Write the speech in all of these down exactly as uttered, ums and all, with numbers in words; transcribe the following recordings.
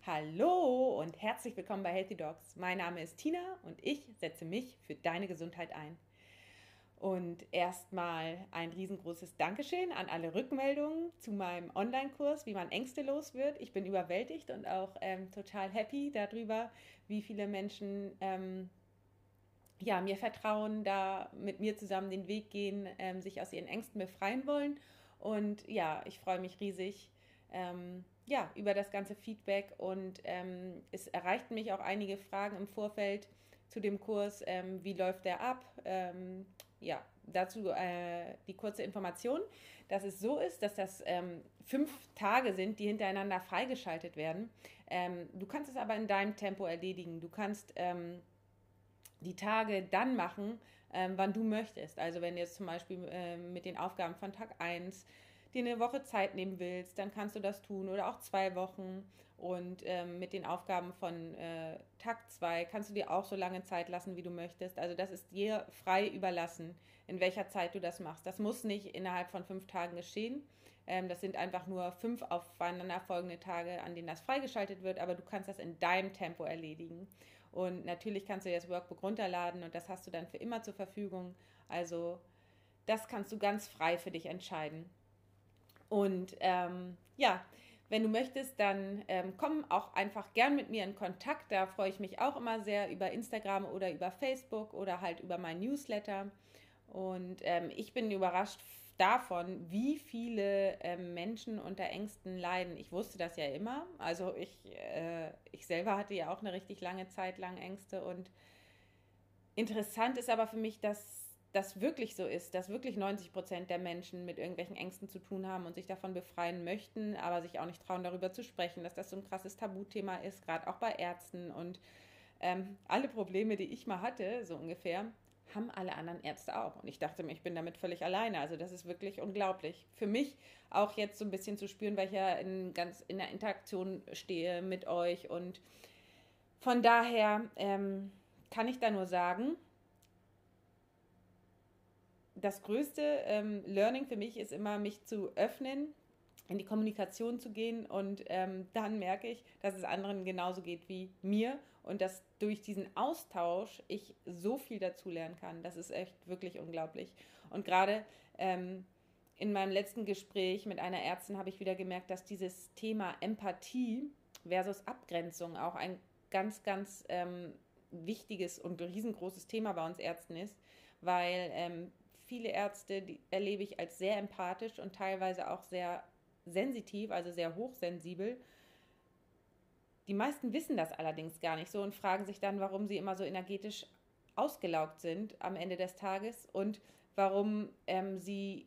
Hallo und herzlich willkommen bei Healthy Dogs. Mein Name ist Tina und ich setze mich für deine Gesundheit ein. Und erstmal ein riesengroßes Dankeschön an alle Rückmeldungen zu meinem Online-Kurs, wie man Ängste los wird. Ich bin überwältigt und auch ähm, total happy darüber, wie viele Menschen ähm, ja, mir vertrauen, da mit mir zusammen den Weg gehen, ähm, sich aus ihren Ängsten befreien wollen. Und ja, ich freue mich riesig ähm, ja, über das ganze Feedback und ähm, es erreichten mich auch einige Fragen im Vorfeld zu dem Kurs, ähm, wie läuft der ab? Ähm, ja, dazu äh, die kurze Information, dass es so ist, dass das ähm, fünf Tage sind, die hintereinander freigeschaltet werden. Ähm, du kannst es aber in deinem Tempo erledigen. Du kannst ähm, die Tage dann machen, ähm, wann du möchtest. Also wenn du jetzt zum Beispiel ähm, mit den Aufgaben von Tag eins dir eine Woche Zeit nehmen willst, dann kannst du das tun oder auch zwei Wochen. Und ähm, mit den Aufgaben von äh, Tag zwei kannst du dir auch so lange Zeit lassen, wie du möchtest. Also das ist dir frei überlassen, in welcher Zeit du das machst. Das muss nicht innerhalb von fünf Tagen geschehen. Ähm, das sind einfach nur fünf aufeinanderfolgende Tage, an denen das freigeschaltet wird, aber du kannst das in deinem Tempo erledigen. Und natürlich kannst du dir das Workbook runterladen und das hast du dann für immer zur Verfügung. Also das kannst du ganz frei für dich entscheiden. Und ähm, ja, wenn du möchtest, dann ähm, komm auch einfach gern mit mir in Kontakt. Da freue ich mich auch immer sehr über Instagram oder über Facebook oder halt über mein Newsletter. Und ähm, ich bin überrascht davon, wie viele ähm, Menschen unter Ängsten leiden. Ich wusste das ja immer. Also ich, äh, ich selber hatte ja auch eine richtig lange Zeit lang Ängste. Und interessant ist aber für mich, dass das wirklich so ist, dass wirklich neunzig Prozent der Menschen mit irgendwelchen Ängsten zu tun haben und sich davon befreien möchten, aber sich auch nicht trauen, darüber zu sprechen, dass das so ein krasses Tabuthema ist, gerade auch bei Ärzten. Und ähm, alle Probleme, die ich mal hatte, so ungefähr, haben alle anderen Ärzte auch. Und ich dachte mir, ich bin damit völlig alleine. Also das ist wirklich unglaublich. Für mich auch jetzt so ein bisschen zu spüren, weil ich ja in, ganz in der Interaktion stehe mit euch. Und von daher ähm, kann ich da nur sagen, das größte ähm, Learning für mich ist immer, mich zu öffnen, in die Kommunikation zu gehen und ähm, dann merke ich, dass es anderen genauso geht wie mir und dass durch diesen Austausch ich so viel dazulernen kann. Das ist echt wirklich unglaublich. Und gerade ähm, in meinem letzten Gespräch mit einer Ärztin habe ich wieder gemerkt, dass dieses Thema Empathie versus Abgrenzung auch ein ganz, ganz ähm, wichtiges und riesengroßes Thema bei uns Ärzten ist, weil ähm, viele Ärzte, die erlebe ich als sehr empathisch und teilweise auch sehr sensitiv, also sehr hochsensibel. Die meisten wissen das allerdings gar nicht so und fragen sich dann, warum sie immer so energetisch ausgelaugt sind am Ende des Tages und warum ähm, sie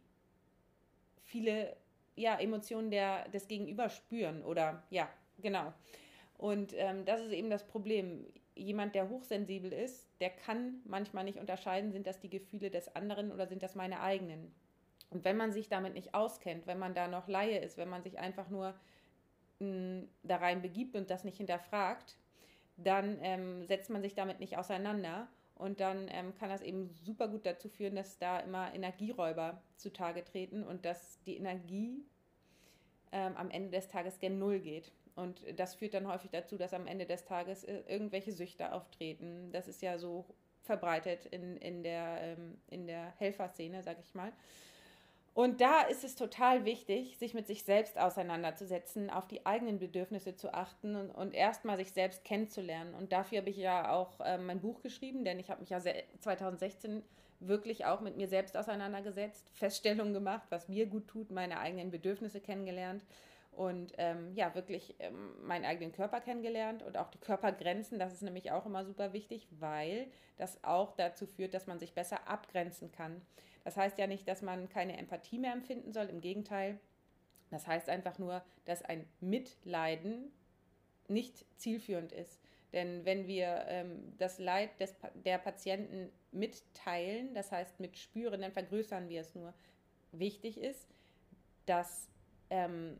viele ja, Emotionen der, des Gegenüber spüren oder ja, genau. Und ähm, das ist eben das Problem. Jemand, der hochsensibel ist, der kann manchmal nicht unterscheiden, sind das die Gefühle des anderen oder sind das meine eigenen. Und wenn man sich damit nicht auskennt, wenn man da noch Laie ist, wenn man sich einfach nur mh, da rein begibt und das nicht hinterfragt, dann ähm, setzt man sich damit nicht auseinander. Und dann ähm, kann das eben super gut dazu führen, dass da immer Energieräuber zutage treten und dass die Energie ähm, am Ende des Tages gen Null geht. Und das führt dann häufig dazu, dass am Ende des Tages äh, irgendwelche Süchte auftreten. Das ist ja so verbreitet in, in, der, ähm, in der Helferszene, sag ich mal. Und da ist es total wichtig, sich mit sich selbst auseinanderzusetzen, auf die eigenen Bedürfnisse zu achten und, und erstmal sich selbst kennenzulernen. Und dafür habe ich ja auch äh, mein Buch geschrieben, denn ich habe mich ja zwanzig sechzehn wirklich auch mit mir selbst auseinandergesetzt, Feststellungen gemacht, was mir gut tut, meine eigenen Bedürfnisse kennengelernt und ähm, ja, wirklich ähm, meinen eigenen Körper kennengelernt und auch die Körpergrenzen. Das ist nämlich auch immer super wichtig, weil das auch dazu führt, dass man sich besser abgrenzen kann. Das heißt ja nicht, dass man keine Empathie mehr empfinden soll, im Gegenteil. Das heißt einfach nur, dass ein Mitleiden nicht zielführend ist. Denn wenn wir ähm, das Leid des, der Patienten mitteilen, das heißt mitspüren, dann vergrößern wir es nur. Wichtig ist, das ähm,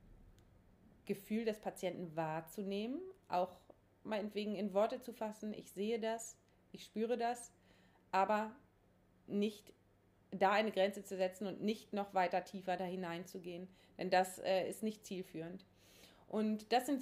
Gefühl des Patienten wahrzunehmen, auch meinetwegen in Worte zu fassen, ich sehe das, ich spüre das, aber nicht da eine Grenze zu setzen und nicht noch weiter tiefer da hineinzugehen. Denn das äh, ist nicht zielführend. Und das sind so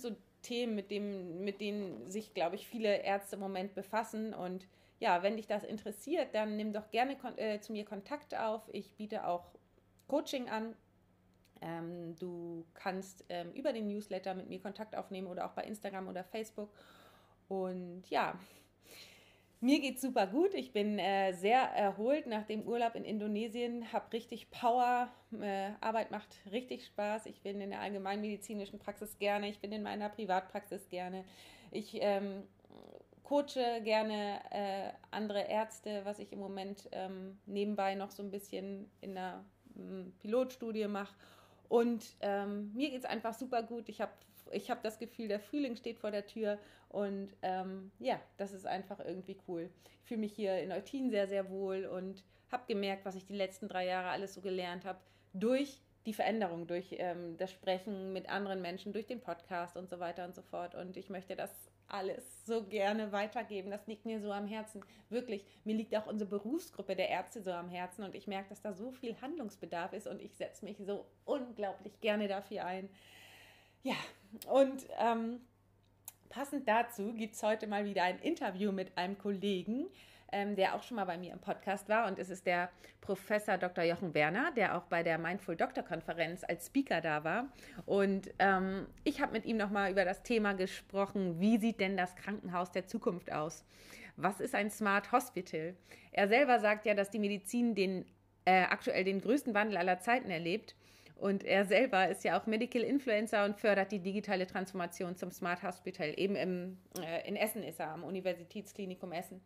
Themen, mit, dem, mit denen sich, glaube ich, viele Ärzte im Moment befassen. Und ja, wenn dich das interessiert, dann nimm doch gerne äh, zu mir Kontakt auf. Ich biete auch Coaching an. Ähm, du kannst ähm, über den Newsletter mit mir Kontakt aufnehmen oder auch bei Instagram oder Facebook. Und ja, mir geht's super gut. Ich bin äh, sehr erholt nach dem Urlaub in Indonesien, habe richtig Power. Äh, Arbeit macht richtig Spaß. Ich bin in der allgemeinmedizinischen Praxis gerne. Ich bin in meiner Privatpraxis gerne. Ich ähm, coache gerne äh, andere Ärzte, was ich im Moment ähm, nebenbei noch so ein bisschen in einer ähm, Pilotstudie mache. Und ähm, mir geht es einfach super gut. Ich habe ich hab das Gefühl, der Frühling steht vor der Tür. Und ähm, ja, das ist einfach irgendwie cool. Ich fühle mich hier in Eutin sehr, sehr wohl und habe gemerkt, was ich die letzten drei Jahre alles so gelernt habe, durch die Veränderung, durch ähm, das Sprechen mit anderen Menschen, durch den Podcast und so weiter und so fort. Und ich möchte das alles so gerne weitergeben. Das liegt mir so am Herzen. Wirklich, mir liegt auch unsere Berufsgruppe der Ärzte so am Herzen und ich merke, dass da so viel Handlungsbedarf ist und ich setze mich so unglaublich gerne dafür ein. Ja, und ähm, passend dazu gibt es heute mal wieder ein Interview mit einem Kollegen, ähm, der auch schon mal bei mir im Podcast war. Und es ist der Professor Doktor Jochen Werner, der auch bei der Mindful Doctor Konferenz als Speaker da war. Und ähm, ich habe mit ihm nochmal über das Thema gesprochen, wie sieht denn das Krankenhaus der Zukunft aus? Was ist ein Smart Hospital? Er selber sagt ja, dass die Medizin den, äh, aktuell den größten Wandel aller Zeiten erlebt. Und er selber ist ja auch Medical Influencer und fördert die digitale Transformation zum Smart Hospital. Eben im, äh, in Essen ist er, am Universitätsklinikum Essen.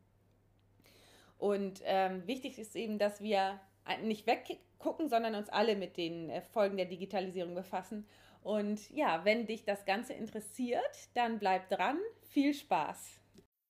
Und ähm, wichtig ist eben, dass wir nicht weggucken, sondern uns alle mit den äh, Folgen der Digitalisierung befassen. Und ja, wenn dich das Ganze interessiert, dann bleib dran. Viel Spaß!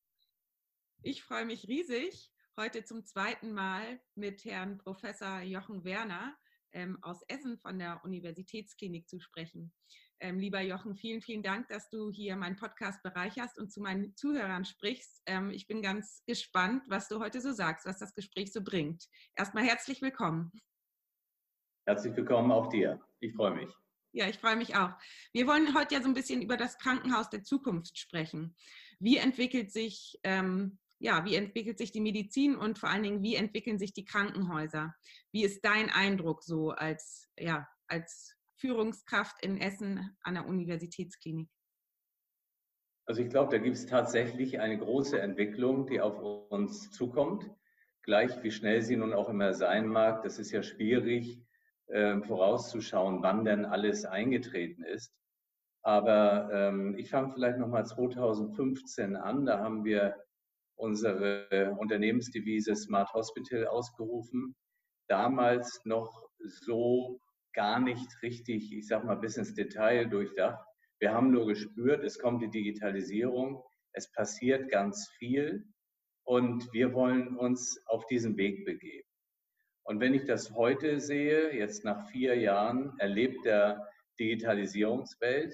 Ich freue mich riesig, heute zum zweiten Mal mit Herrn Professor Jochen Werner ähm, aus Essen von der Universitätsklinik zu sprechen. Ähm, lieber Jochen, vielen, vielen Dank, dass du hier meinen Podcast bereicherst und zu meinen Zuhörern sprichst. Ähm, ich bin ganz gespannt, was du heute so sagst, was das Gespräch so bringt. Erstmal herzlich willkommen. Herzlich willkommen auch dir. Ich freue mich. Ja, ich freue mich auch. Wir wollen heute ja so ein bisschen über das Krankenhaus der Zukunft sprechen. Wie entwickelt sich ähm, Ja, wie entwickelt sich die Medizin und vor allen Dingen, wie entwickeln sich die Krankenhäuser? Wie ist dein Eindruck so als, ja, als Führungskraft in Essen an der Universitätsklinik? Also ich glaube, da gibt es tatsächlich eine große Entwicklung, die auf uns zukommt. Gleich wie schnell sie nun auch immer sein mag, das ist ja schwierig äh, vorauszuschauen, wann denn alles eingetreten ist. Aber ähm, ich fange vielleicht nochmal zweitausendfünfzehn an. Da haben wir unsere Unternehmensdevise Smart Hospital ausgerufen. Damals noch so gar nicht richtig, ich sag mal, bis ins Detail durchdacht. Wir haben nur gespürt, es kommt die Digitalisierung, es passiert ganz viel und wir wollen uns auf diesen Weg begeben. Und wenn ich das heute sehe, jetzt nach vier Jahren erlebter Digitalisierungswelt,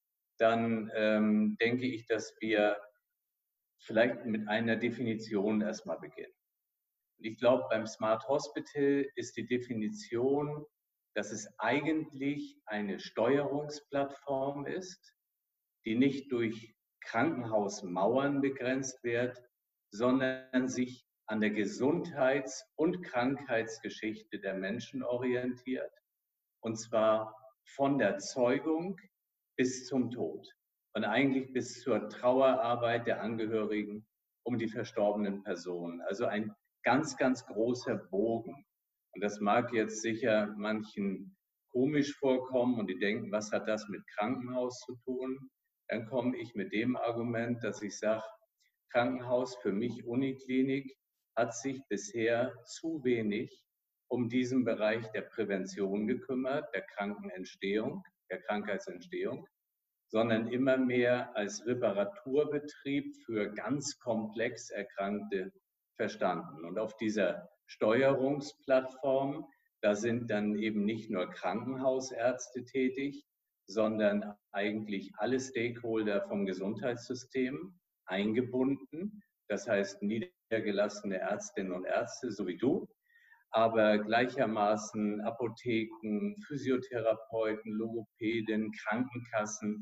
dann ähm, denke ich, dass wir vielleicht mit einer Definition erstmal beginnen. Und ich glaube, beim Smart Hospital ist die Definition, dass es eigentlich eine Steuerungsplattform ist, die nicht durch Krankenhausmauern begrenzt wird, sondern sich an der Gesundheits- und Krankheitsgeschichte der Menschen orientiert. Und zwar von der Zeugung bis zum Tod. Und eigentlich bis zur Trauerarbeit der Angehörigen um die verstorbenen Personen. Also ein ganz, ganz großer Bogen. Und das mag jetzt sicher manchen komisch vorkommen und die denken, was hat das mit Krankenhaus zu tun? Dann komme ich mit dem Argument, dass ich sage, Krankenhaus für mich Uniklinik hat sich bisher zu wenig um diesen Bereich der Prävention gekümmert, der Krankenentstehung, der Krankheitsentstehung, sondern immer mehr als Reparaturbetrieb für ganz komplex Erkrankte verstanden. Und auf dieser Steuerungsplattform, da sind dann eben nicht nur Krankenhausärzte tätig, sondern eigentlich alle Stakeholder vom Gesundheitssystem eingebunden. Das heißt niedergelassene Ärztinnen und Ärzte, so wie du, aber gleichermaßen Apotheken, Physiotherapeuten, Logopäden, Krankenkassen,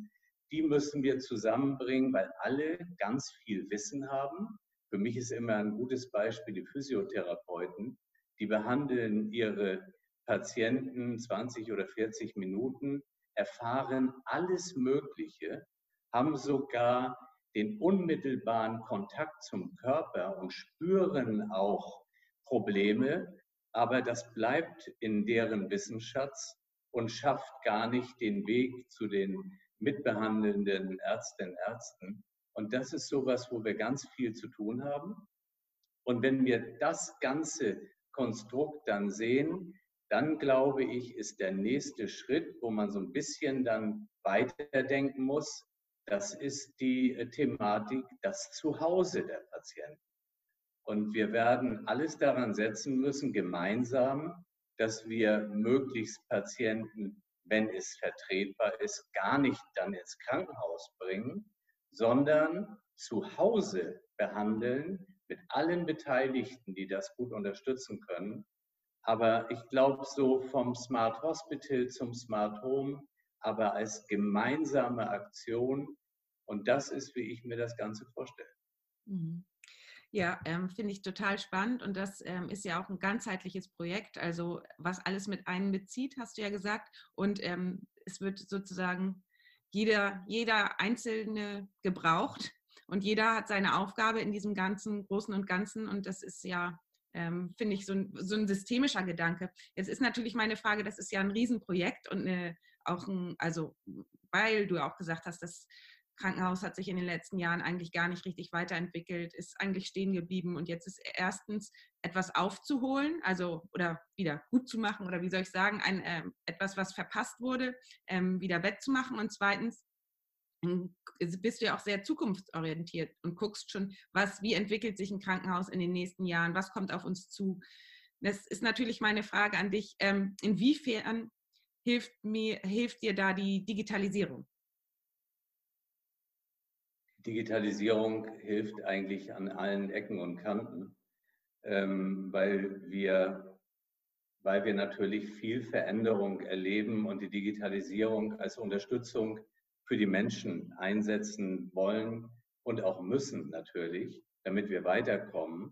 die müssen wir zusammenbringen, weil alle ganz viel Wissen haben. Für mich ist immer ein gutes Beispiel die Physiotherapeuten. Die behandeln ihre Patienten zwanzig oder vierzig Minuten, erfahren alles Mögliche, haben sogar den unmittelbaren Kontakt zum Körper und spüren auch Probleme, aber das bleibt in deren Wissensschatz und schafft gar nicht den Weg zu den mitbehandelnden Ärztinnen und Ärzten. Und das ist sowas, wo wir ganz viel zu tun haben. Und wenn wir das ganze Konstrukt dann sehen, dann glaube ich, ist der nächste Schritt, wo man so ein bisschen dann weiterdenken muss, das ist die Thematik, das Zuhause der Patienten. Und wir werden alles daran setzen müssen, gemeinsam, dass wir möglichst Patienten, wenn es vertretbar ist, gar nicht dann ins Krankenhaus bringen, sondern zu Hause behandeln mit allen Beteiligten, die das gut unterstützen können. Aber ich glaube, so vom Smart Hospital zum Smart Home, aber als gemeinsame Aktion. Und das ist, wie ich mir das Ganze vorstelle. Mhm. Ja, ähm, finde ich total spannend und das ähm, ist ja auch ein ganzheitliches Projekt, also was alles mit einbezieht, hast du ja gesagt, und ähm, es wird sozusagen jeder, jeder Einzelne gebraucht und jeder hat seine Aufgabe in diesem ganzen Großen und Ganzen und das ist ja, ähm, finde ich, so ein, so ein systemischer Gedanke. Jetzt ist natürlich meine Frage, das ist ja ein Riesenprojekt und eine, auch ein, also weil du auch gesagt hast, dass Krankenhaus hat sich in den letzten Jahren eigentlich gar nicht richtig weiterentwickelt, ist eigentlich stehen geblieben und jetzt ist erstens etwas aufzuholen, also oder wieder gut zu machen oder wie soll ich sagen, ein, äh, etwas, was verpasst wurde, ähm, wieder wettzumachen und zweitens bist du ja auch sehr zukunftsorientiert und guckst schon, was, wie entwickelt sich ein Krankenhaus in den nächsten Jahren, was kommt auf uns zu. Das ist natürlich meine Frage an dich, ähm, inwiefern hilft, mir, hilft dir da die Digitalisierung? Digitalisierung hilft eigentlich an allen Ecken und Kanten, ähm, weil wir, weil wir natürlich viel Veränderung erleben und die Digitalisierung als Unterstützung für die Menschen einsetzen wollen und auch müssen natürlich, damit wir weiterkommen.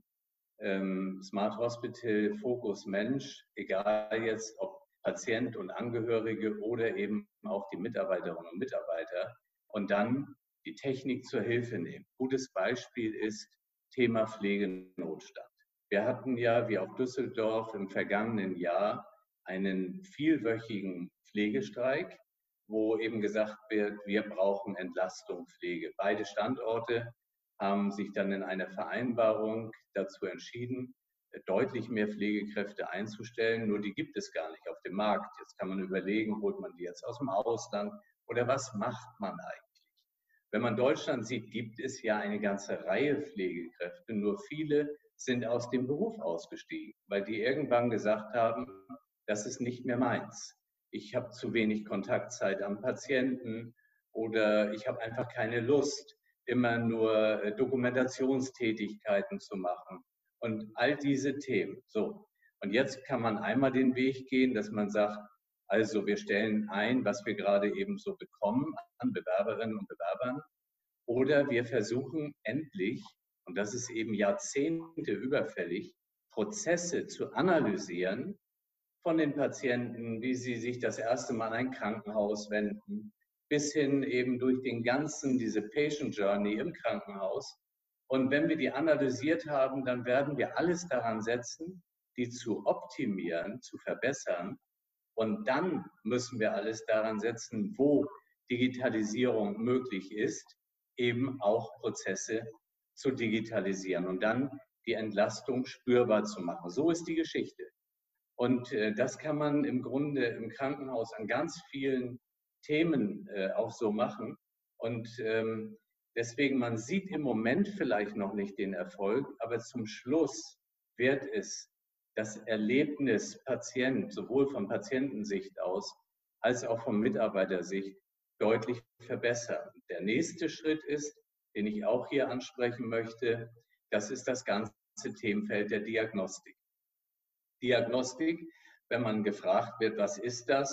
Ähm, Smart Hospital, Fokus Mensch, egal jetzt ob Patient und Angehörige oder eben auch die Mitarbeiterinnen und Mitarbeiter. Und dann die Technik zur Hilfe nehmen. Gutes Beispiel ist Thema Pflegenotstand. Wir hatten ja, wie auch Düsseldorf, im vergangenen Jahr einen vielwöchigen Pflegestreik, wo eben gesagt wird, wir brauchen Entlastung Pflege. Beide Standorte haben sich dann in einer Vereinbarung dazu entschieden, deutlich mehr Pflegekräfte einzustellen. Nur die gibt es gar nicht auf dem Markt. Jetzt kann man überlegen, holt man die jetzt aus dem Ausland oder was macht man eigentlich? Wenn man Deutschland sieht, gibt es ja eine ganze Reihe Pflegekräfte, nur viele sind aus dem Beruf ausgestiegen, weil die irgendwann gesagt haben, das ist nicht mehr meins. Ich habe zu wenig Kontaktzeit am Patienten oder ich habe einfach keine Lust, immer nur Dokumentationstätigkeiten zu machen und all diese Themen. So. Und jetzt kann man einmal den Weg gehen, dass man sagt, also wir stellen ein, was wir gerade eben so bekommen an Bewerberinnen und Bewerbern. Oder wir versuchen endlich, und das ist eben Jahrzehnte überfällig, Prozesse zu analysieren von den Patienten, wie sie sich das erste Mal an ein Krankenhaus wenden, bis hin eben durch den ganzen, diese Patient Journey im Krankenhaus. Und wenn wir die analysiert haben, dann werden wir alles daran setzen, die zu optimieren, zu verbessern. Und dann müssen wir alles daran setzen, wo Digitalisierung möglich ist, eben auch Prozesse zu digitalisieren und dann die Entlastung spürbar zu machen. So ist die Geschichte. Und äh, das kann man im Grunde im Krankenhaus an ganz vielen Themen äh, auch so machen. Und ähm, deswegen, man sieht im Moment vielleicht noch nicht den Erfolg, aber zum Schluss wird es das Erlebnis Patient, sowohl von Patientensicht aus als auch von Mitarbeitersicht, deutlich verbessern. Der nächste Schritt ist, den ich auch hier ansprechen möchte, das ist das ganze Themenfeld der Diagnostik. Diagnostik, wenn man gefragt wird, was ist das,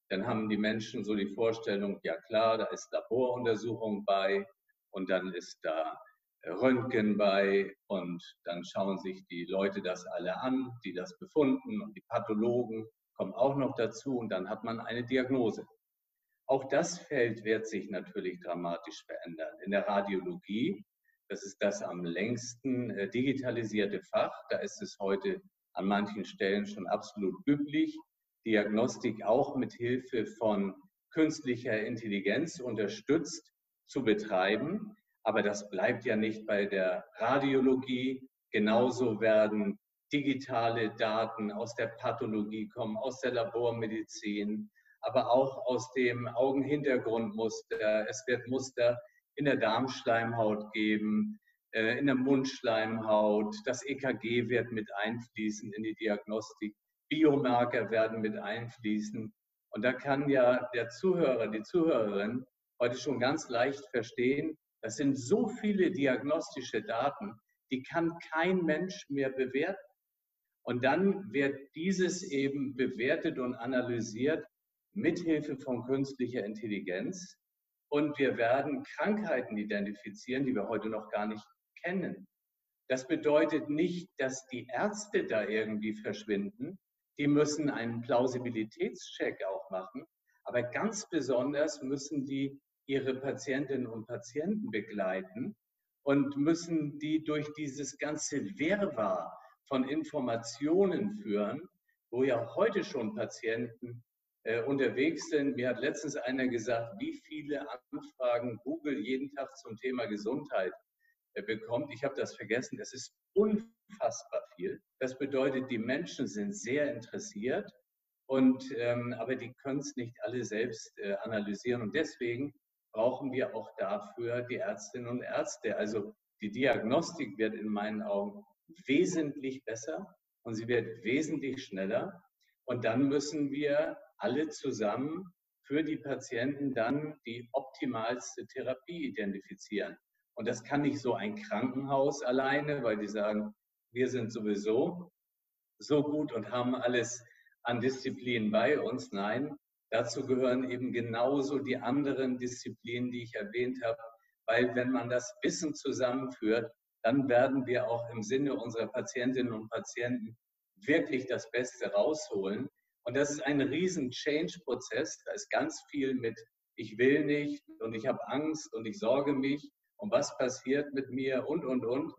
dann haben die Menschen so die Vorstellung, ja klar, da ist Laboruntersuchung bei und dann ist da Röntgen bei und dann schauen sich die Leute das alle an, die das befunden und die Pathologen kommen auch noch dazu und dann hat man eine Diagnose. Auch das Feld wird sich natürlich dramatisch verändern. In der Radiologie, das ist das am längsten äh, digitalisierte Fach, da ist es heute an manchen Stellen schon absolut üblich, Diagnostik auch mit Hilfe von künstlicher Intelligenz unterstützt zu betreiben. Aber das bleibt ja nicht bei der Radiologie. Genauso werden digitale Daten aus der Pathologie kommen, aus der Labormedizin, aber auch aus dem Augenhintergrundmuster. Es wird Muster in der Darmschleimhaut geben, in der Mundschleimhaut. Das E K G wird mit einfließen in die Diagnostik. Biomarker werden mit einfließen. Und da kann ja der Zuhörer, die Zuhörerin heute schon ganz leicht verstehen, das sind so viele diagnostische Daten, die kann kein Mensch mehr bewerten. Und dann wird dieses eben bewertet und analysiert mithilfe von künstlicher Intelligenz. Und wir werden Krankheiten identifizieren, die wir heute noch gar nicht kennen. Das bedeutet nicht, dass die Ärzte da irgendwie verschwinden. Die müssen einen Plausibilitätscheck auch machen. Aber ganz besonders müssen die ihre Patientinnen und Patienten begleiten und müssen die durch dieses ganze Wirrwarr von Informationen führen, wo ja heute schon Patienten äh, unterwegs sind. Mir hat letztens einer gesagt, wie viele Anfragen Google jeden Tag zum Thema Gesundheit äh, bekommt. Ich habe das vergessen. Es ist unfassbar viel. Das bedeutet, die Menschen sind sehr interessiert, und, ähm, aber die können es nicht alle selbst äh, analysieren. Und deswegen brauchen wir auch dafür die Ärztinnen und Ärzte. Also die Diagnostik wird in meinen Augen wesentlich besser und sie wird wesentlich schneller. Und dann müssen wir alle zusammen für die Patienten dann die optimalste Therapie identifizieren. Und das kann nicht so ein Krankenhaus alleine, weil die sagen, wir sind sowieso so gut und haben alles an Disziplinen bei uns. Nein, dazu gehören eben genauso die anderen Disziplinen, die ich erwähnt habe, weil wenn man das Wissen zusammenführt, dann werden wir auch im Sinne unserer Patientinnen und Patienten wirklich das Beste rausholen. Und das ist ein riesen Change-Prozess. Da ist ganz viel mit, ich will nicht und ich habe Angst und ich sorge mich und was passiert mit mir und, und, und.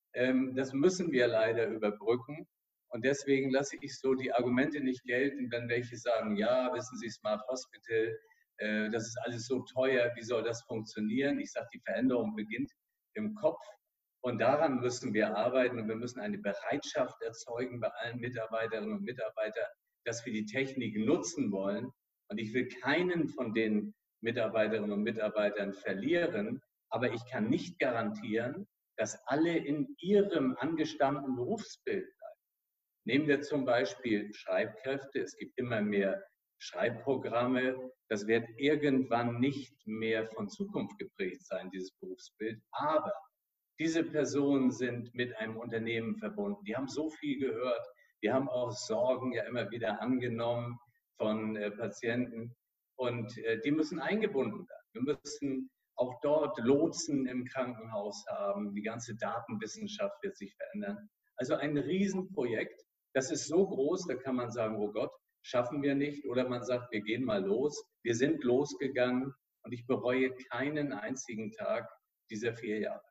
Das müssen wir leider überbrücken. Und deswegen lasse ich so die Argumente nicht gelten, wenn welche sagen, ja, wissen Sie, Smart Hospital, äh, das ist alles so teuer, wie soll das funktionieren? Ich sage, die Veränderung beginnt im Kopf und daran müssen wir arbeiten und wir müssen eine Bereitschaft erzeugen bei allen Mitarbeiterinnen und Mitarbeitern, dass wir die Technik nutzen wollen. Und ich will keinen von den Mitarbeiterinnen und Mitarbeitern verlieren, aber ich kann nicht garantieren, dass alle in ihrem angestammten Berufsbild bleiben. Nehmen wir zum Beispiel Schreibkräfte. Es gibt immer mehr Schreibprogramme. Das wird irgendwann nicht mehr von Zukunft geprägt sein, dieses Berufsbild. Aber diese Personen sind mit einem Unternehmen verbunden. Die haben so viel gehört. Die haben auch Sorgen ja immer wieder angenommen von äh, Patienten. Und äh, die müssen eingebunden werden. Wir müssen auch dort Lotsen im Krankenhaus haben. Die ganze Datenwissenschaft wird sich verändern. Also ein Riesenprojekt. Das ist so groß, da kann man sagen, oh Gott, schaffen wir nicht. Oder man sagt, wir gehen mal los. Wir sind losgegangen und ich bereue keinen einzigen Tag dieser vier Jahre.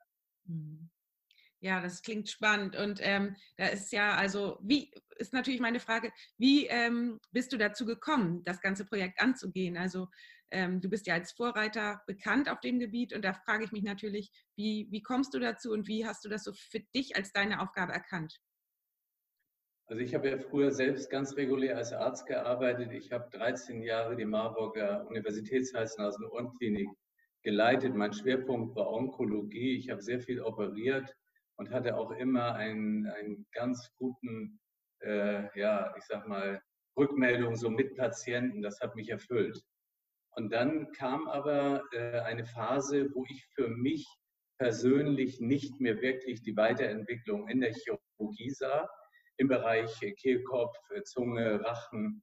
Ja, das klingt spannend. Und ähm, da ist ja, also, wie ist natürlich meine Frage, wie ähm, bist du dazu gekommen, das ganze Projekt anzugehen? Also, ähm, du bist ja als Vorreiter bekannt auf dem Gebiet und da frage ich mich natürlich, wie, wie kommst du dazu und wie hast du das so für dich als deine Aufgabe erkannt? Also ich habe ja früher selbst ganz regulär als Arzt gearbeitet. Ich habe dreizehn Jahre die Marburger Universitäts-Hals-Nasen-Ohren-Klinik geleitet. Mein Schwerpunkt war Onkologie. Ich habe sehr viel operiert und hatte auch immer einen, einen ganz guten, äh, ja, ich sag mal, Rückmeldung so mit Patienten. Das hat mich erfüllt. Und dann kam aber äh, eine Phase, wo ich für mich persönlich nicht mehr wirklich die Weiterentwicklung in der Chirurgie sah, im Bereich Kehlkopf, Zunge, Rachen.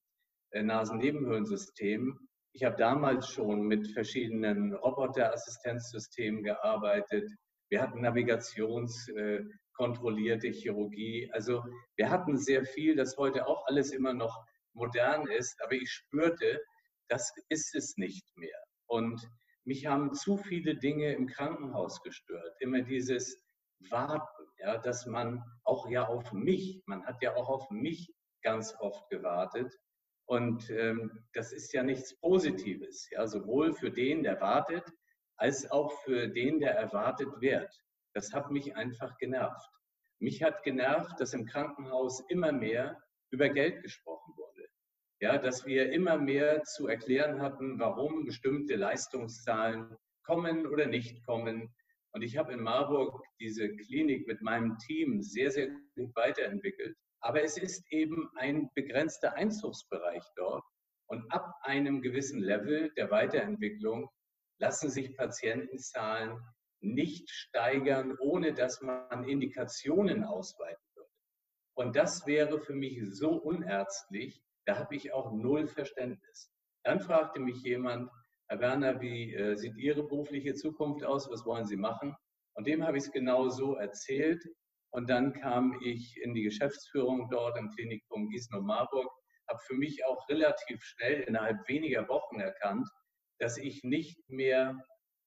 äh, Nasennebenhöhlensystemen. Ich habe damals schon mit verschiedenen Roboterassistenzsystemen gearbeitet. Wir hatten navigationskontrollierte äh, Chirurgie. Also wir hatten sehr viel, das heute auch alles immer noch modern ist, aber ich spürte, das ist es nicht mehr. Und mich haben zu viele Dinge im Krankenhaus gestört. Immer dieses Warten, ja, dass man auch ja auf mich, man hat ja auch auf mich ganz oft gewartet. Und ähm, das ist ja nichts Positives, ja, sowohl für den, der wartet, als auch für den, der erwartet wird. Das hat mich einfach genervt. Mich hat genervt, dass im Krankenhaus immer mehr über Geld gesprochen wurde. Ja, dass wir immer mehr zu erklären hatten, warum bestimmte Leistungszahlen kommen oder nicht kommen. Und ich habe in Marburg diese Klinik mit meinem Team sehr, sehr gut weiterentwickelt. Aber es ist eben ein begrenzter Einzugsbereich dort. Und ab einem gewissen Level der Weiterentwicklung lassen sich Patientenzahlen nicht steigern, ohne dass man Indikationen ausweiten würde. Und das wäre für mich so unärztlich, da habe ich auch null Verständnis. Dann fragte mich jemand, Herr Werner, wie äh, sieht Ihre berufliche Zukunft aus? Was wollen Sie machen? Und dem habe ich es genau so erzählt. Und dann kam ich in die Geschäftsführung dort im Klinikum Gießen und Marburg, habe für mich auch relativ schnell innerhalb weniger Wochen erkannt, dass ich nicht mehr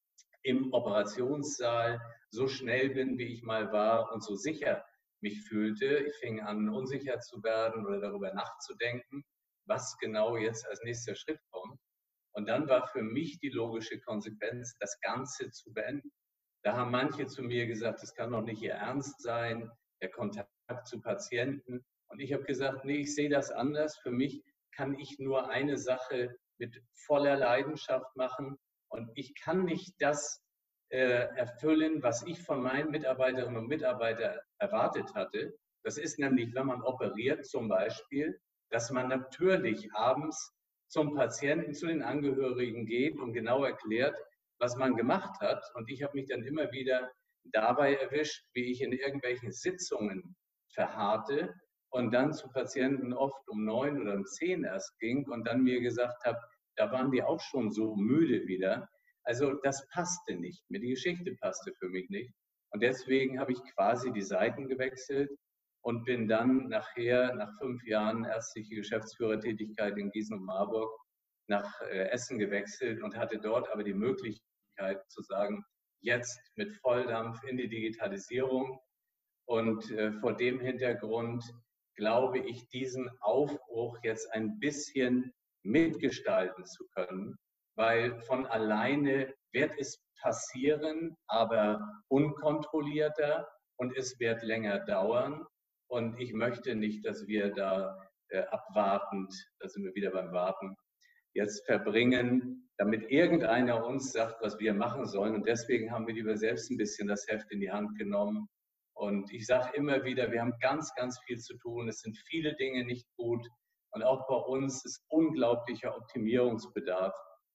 im Operationssaal so schnell bin, wie ich mal war und so sicher mich fühlte. Ich fing an, unsicher zu werden oder darüber nachzudenken, was genau jetzt als nächster Schritt kommt. Und dann war für mich die logische Konsequenz, das Ganze zu beenden. Da haben manche zu mir gesagt, das kann doch nicht Ihr Ernst sein, der Kontakt zu Patienten. Und ich habe gesagt, nee, ich sehe das anders. Für mich kann ich nur eine Sache mit voller Leidenschaft machen. Und ich kann nicht das äh, erfüllen, was ich von meinen Mitarbeiterinnen und Mitarbeitern erwartet hatte. Das ist nämlich, wenn man operiert zum Beispiel, dass man natürlich abends zum Patienten, zu den Angehörigen geht und genau erklärt, was man gemacht hat. Und ich habe mich dann immer wieder dabei erwischt, wie ich in irgendwelchen Sitzungen verharrte und dann zu Patienten oft um neun oder um zehn erst ging und dann mir gesagt habe, da waren die auch schon so müde wieder. Also das passte nicht mehr, die Geschichte passte für mich nicht. Und deswegen habe ich quasi die Seiten gewechselt und bin dann nachher, nach fünf Jahren ärztliche Geschäftsführertätigkeit in Gießen und Marburg, nach Essen gewechselt und hatte dort aber die Möglichkeit zu sagen, jetzt mit Volldampf in die Digitalisierung. Und äh, vor dem Hintergrund glaube ich, diesen Aufbruch jetzt ein bisschen mitgestalten zu können, weil von alleine wird es passieren, aber unkontrollierter und es wird länger dauern. Und ich möchte nicht, dass wir da äh, abwartend, da sind wir wieder beim Warten, jetzt verbringen, damit irgendeiner uns sagt, was wir machen sollen. Und deswegen haben wir lieber selbst ein bisschen das Heft in die Hand genommen. Und ich sage immer wieder, wir haben ganz, ganz viel zu tun. Es sind viele Dinge nicht gut. Und auch bei uns ist unglaublicher Optimierungsbedarf.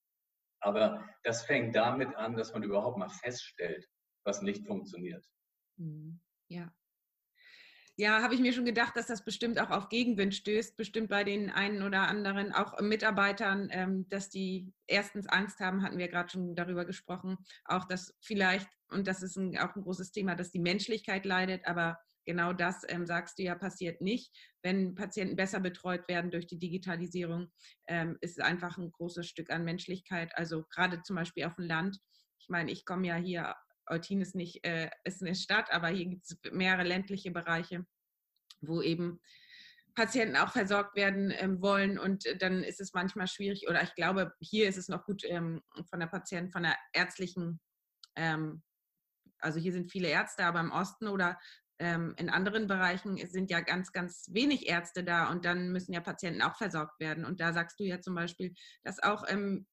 Aber das fängt damit an, dass man überhaupt mal feststellt, was nicht funktioniert. Ja. Ja, habe ich mir schon gedacht, dass das bestimmt auch auf Gegenwind stößt, bestimmt bei den einen oder anderen, auch Mitarbeitern, ähm, dass die erstens Angst haben, hatten wir gerade schon darüber gesprochen, auch dass vielleicht, und das ist ein, auch ein großes Thema, dass die Menschlichkeit leidet, aber genau das, ähm, sagst du ja, passiert nicht. Wenn Patienten besser betreut werden durch die Digitalisierung, ähm, ist es einfach ein großes Stück an Menschlichkeit, also gerade zum Beispiel auf dem Land. Ich meine, ich komme ja hier, Eutin ist nicht, äh, ist eine Stadt, aber hier gibt es mehrere ländliche Bereiche, wo eben Patienten auch versorgt werden ähm, wollen und äh, dann ist es manchmal schwierig, oder ich glaube, hier ist es noch gut ähm, von der Patienten, von der ärztlichen, ähm, also hier sind viele Ärzte, aber im Osten oder ähm, in anderen Bereichen sind ja ganz, ganz wenig Ärzte da und dann müssen ja Patienten auch versorgt werden. Und da sagst du ja zum Beispiel, dass auch ähm,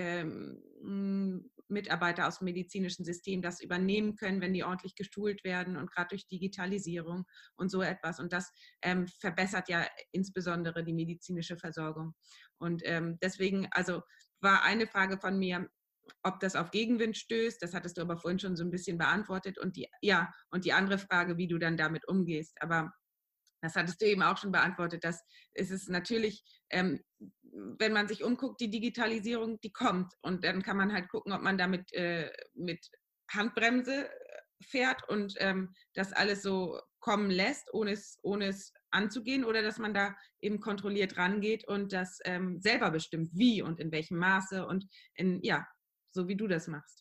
ähm, Mitarbeiter aus dem medizinischen System das übernehmen können, wenn die ordentlich geschult werden und gerade durch Digitalisierung und so etwas. Und das ähm, verbessert ja insbesondere die medizinische Versorgung. Und ähm, deswegen, also war eine Frage von mir, ob das auf Gegenwind stößt, das hattest du aber vorhin schon so ein bisschen beantwortet. Und die, ja, und die andere Frage, wie du dann damit umgehst. Aber das hattest du eben auch schon beantwortet, dass es ist natürlich, ähm, wenn man sich umguckt, die Digitalisierung, die kommt. Und dann kann man halt gucken, ob man damit äh, mit Handbremse fährt und ähm, das alles so kommen lässt, ohne es, ohne es anzugehen, oder dass man da eben kontrolliert rangeht und das ähm, selber bestimmt, wie und in welchem Maße und in, ja, so wie du das machst.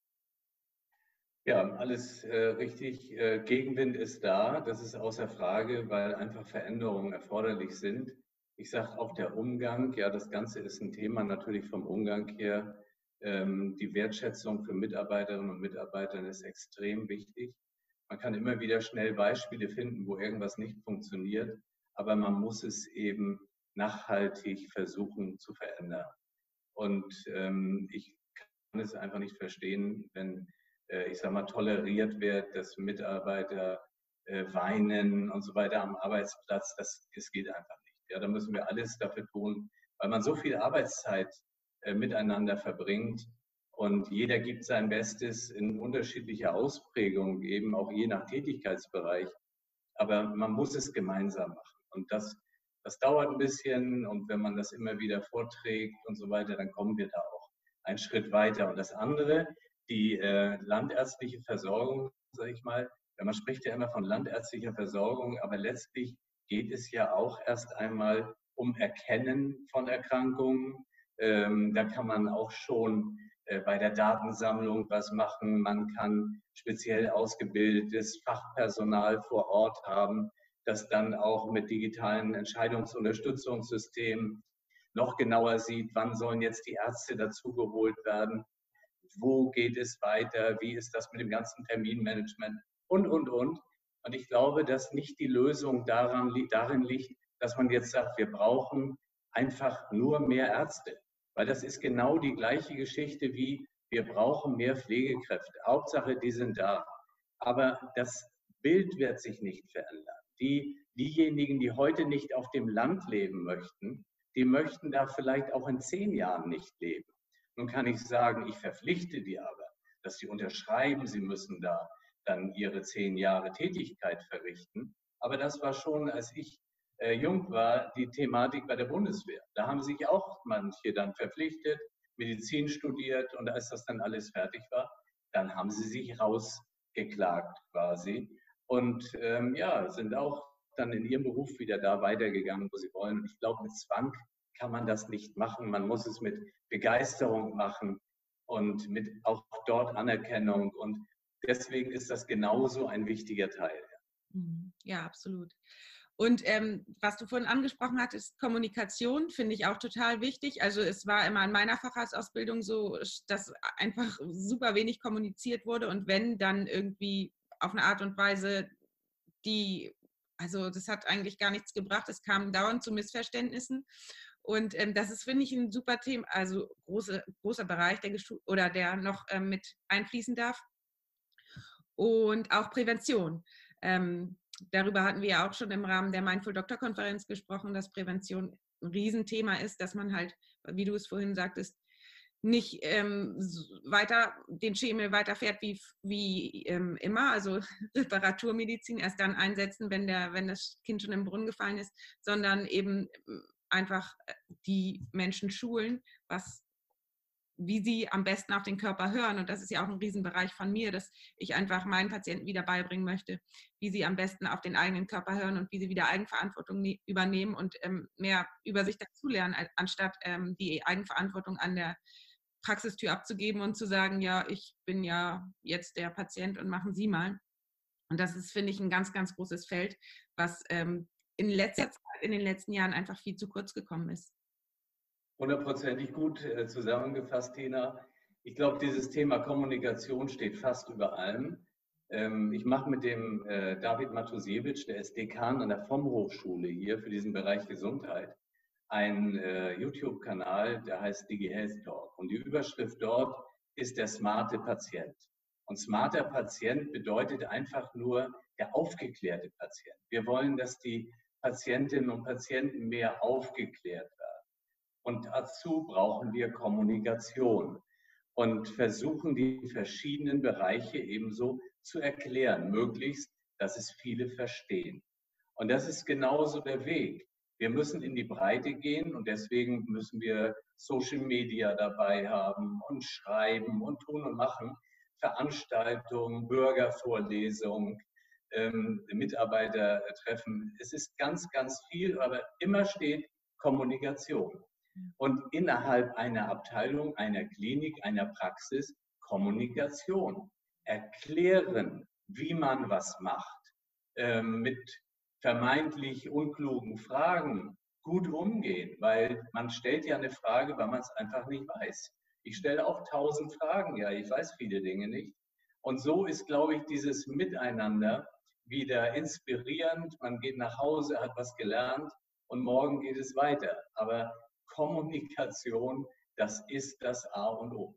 Ja, alles äh, richtig. Äh, Gegenwind ist da, das ist außer Frage, weil einfach Veränderungen erforderlich sind. Ich sage auch der Umgang, ja, das Ganze ist ein Thema natürlich vom Umgang her. Ähm, die Wertschätzung für Mitarbeiterinnen und Mitarbeiter ist extrem wichtig. Man kann immer wieder schnell Beispiele finden, wo irgendwas nicht funktioniert, aber man muss es eben nachhaltig versuchen zu verändern. Und ähm, ich kann es einfach nicht verstehen, wenn ich sage mal, toleriert wird, dass Mitarbeiter äh, weinen und so weiter am Arbeitsplatz. Das, das geht einfach nicht. Ja, da müssen wir alles dafür tun, weil man so viel Arbeitszeit äh, miteinander verbringt und jeder gibt sein Bestes in unterschiedlicher Ausprägung, eben auch je nach Tätigkeitsbereich. Aber man muss es gemeinsam machen. Und das, das dauert ein bisschen. Und wenn man das immer wieder vorträgt und so weiter, dann kommen wir da auch einen Schritt weiter. Und das andere, die äh, landärztliche Versorgung, sage ich mal, ja, man spricht ja immer von landärztlicher Versorgung, aber letztlich geht es ja auch erst einmal um Erkennen von Erkrankungen. Ähm, da kann man auch schon äh, bei der Datensammlung was machen. Man kann speziell ausgebildetes Fachpersonal vor Ort haben, das dann auch mit digitalen Entscheidungsunterstützungssystemen noch genauer sieht, wann sollen jetzt die Ärzte dazugeholt werden, wo geht es weiter, wie ist das mit dem ganzen Terminmanagement und, und, und. Und ich glaube, dass nicht die Lösung daran, darin liegt, dass man jetzt sagt, wir brauchen einfach nur mehr Ärzte. Weil das ist genau die gleiche Geschichte wie, wir brauchen mehr Pflegekräfte. Hauptsache, die sind da. Aber das Bild wird sich nicht verändern. Die, diejenigen, die heute nicht auf dem Land leben möchten, die möchten da vielleicht auch in zehn Jahren nicht leben. Nun kann ich sagen, ich verpflichte die aber, dass sie unterschreiben, sie müssen da dann ihre zehn Jahre Tätigkeit verrichten. Aber das war schon, als ich äh, jung war, die Thematik bei der Bundeswehr. Da haben sich auch manche dann verpflichtet, Medizin studiert und als das dann alles fertig war, dann haben sie sich rausgeklagt quasi und ähm, ja, sind auch dann in ihrem Beruf wieder da weitergegangen, wo sie wollen. Und ich glaube, mit Zwang kann man das nicht machen. Man muss es mit Begeisterung machen und mit auch dort Anerkennung. Und deswegen ist das genauso ein wichtiger Teil. Ja, absolut. Und ähm, was du vorhin angesprochen hattest, Kommunikation, finde ich auch total wichtig. Also es war immer in meiner Facharztausbildung so, dass einfach super wenig kommuniziert wurde und wenn, dann irgendwie auf eine Art und Weise, die, also das hat eigentlich gar nichts gebracht. Es kam dauernd zu Missverständnissen. Und ähm, das ist, finde ich, ein super Thema, also große, großer Bereich, der, oder der noch ähm, mit einfließen darf. Und auch Prävention. Ähm, darüber hatten wir ja auch schon im Rahmen der Mindful Doctor Konferenz gesprochen, dass Prävention ein Riesenthema ist, dass man halt, wie du es vorhin sagtest, nicht ähm, weiter den Schemel weiterfährt wie, wie ähm, immer, also Reparaturmedizin erst dann einsetzen, wenn, der, wenn das Kind schon im Brunnen gefallen ist, sondern eben einfach die Menschen schulen, was wie sie am besten auf den Körper hören. Und das ist ja auch ein Riesenbereich von mir, dass ich einfach meinen Patienten wieder beibringen möchte, wie sie am besten auf den eigenen Körper hören und wie sie wieder Eigenverantwortung ne- übernehmen und ähm, mehr über sich dazulernen, anstatt ähm, die Eigenverantwortung an der Praxistür abzugeben und zu sagen, ja, ich bin ja jetzt der Patient und machen Sie mal. Und das ist, finde ich, ein ganz, ganz großes Feld, was ähm, in letzter Zeit, in den letzten Jahren einfach viel zu kurz gekommen ist. Hundertprozentig gut äh, zusammengefasst, Tina. Ich glaube, dieses Thema Kommunikation steht fast über allem. Ähm, ich mache mit dem äh, David Matusiewicz, der ist Dekan an der V O M-Hochschule hier für diesen Bereich Gesundheit, einen äh, YouTube-Kanal, der heißt DigiHealth Talk. Und die Überschrift dort ist der smarte Patient. Und smarter Patient bedeutet einfach nur der aufgeklärte Patient. Wir wollen, dass die Patientinnen und Patienten mehr aufgeklärt werden. Und dazu brauchen wir Kommunikation und versuchen die verschiedenen Bereiche ebenso zu erklären, möglichst, dass es viele verstehen. Und das ist genauso der Weg. Wir müssen in die Breite gehen und deswegen müssen wir Social Media dabei haben und schreiben und tun und machen, Veranstaltungen, Bürgervorlesungen, ähm, Mitarbeitertreffen. Es ist ganz, ganz viel, aber immer steht Kommunikation. Und innerhalb einer Abteilung, einer Klinik, einer Praxis, Kommunikation. Erklären, wie man was macht, ähm, mit vermeintlich unklugen Fragen gut umgehen, weil man stellt ja eine Frage, weil man es einfach nicht weiß. Ich stelle auch tausend Fragen, ja, ich weiß viele Dinge nicht. Und so ist, glaube ich, dieses Miteinander wieder inspirierend. Man geht nach Hause, hat was gelernt und morgen geht es weiter. Aber Kommunikation, das ist das A und O.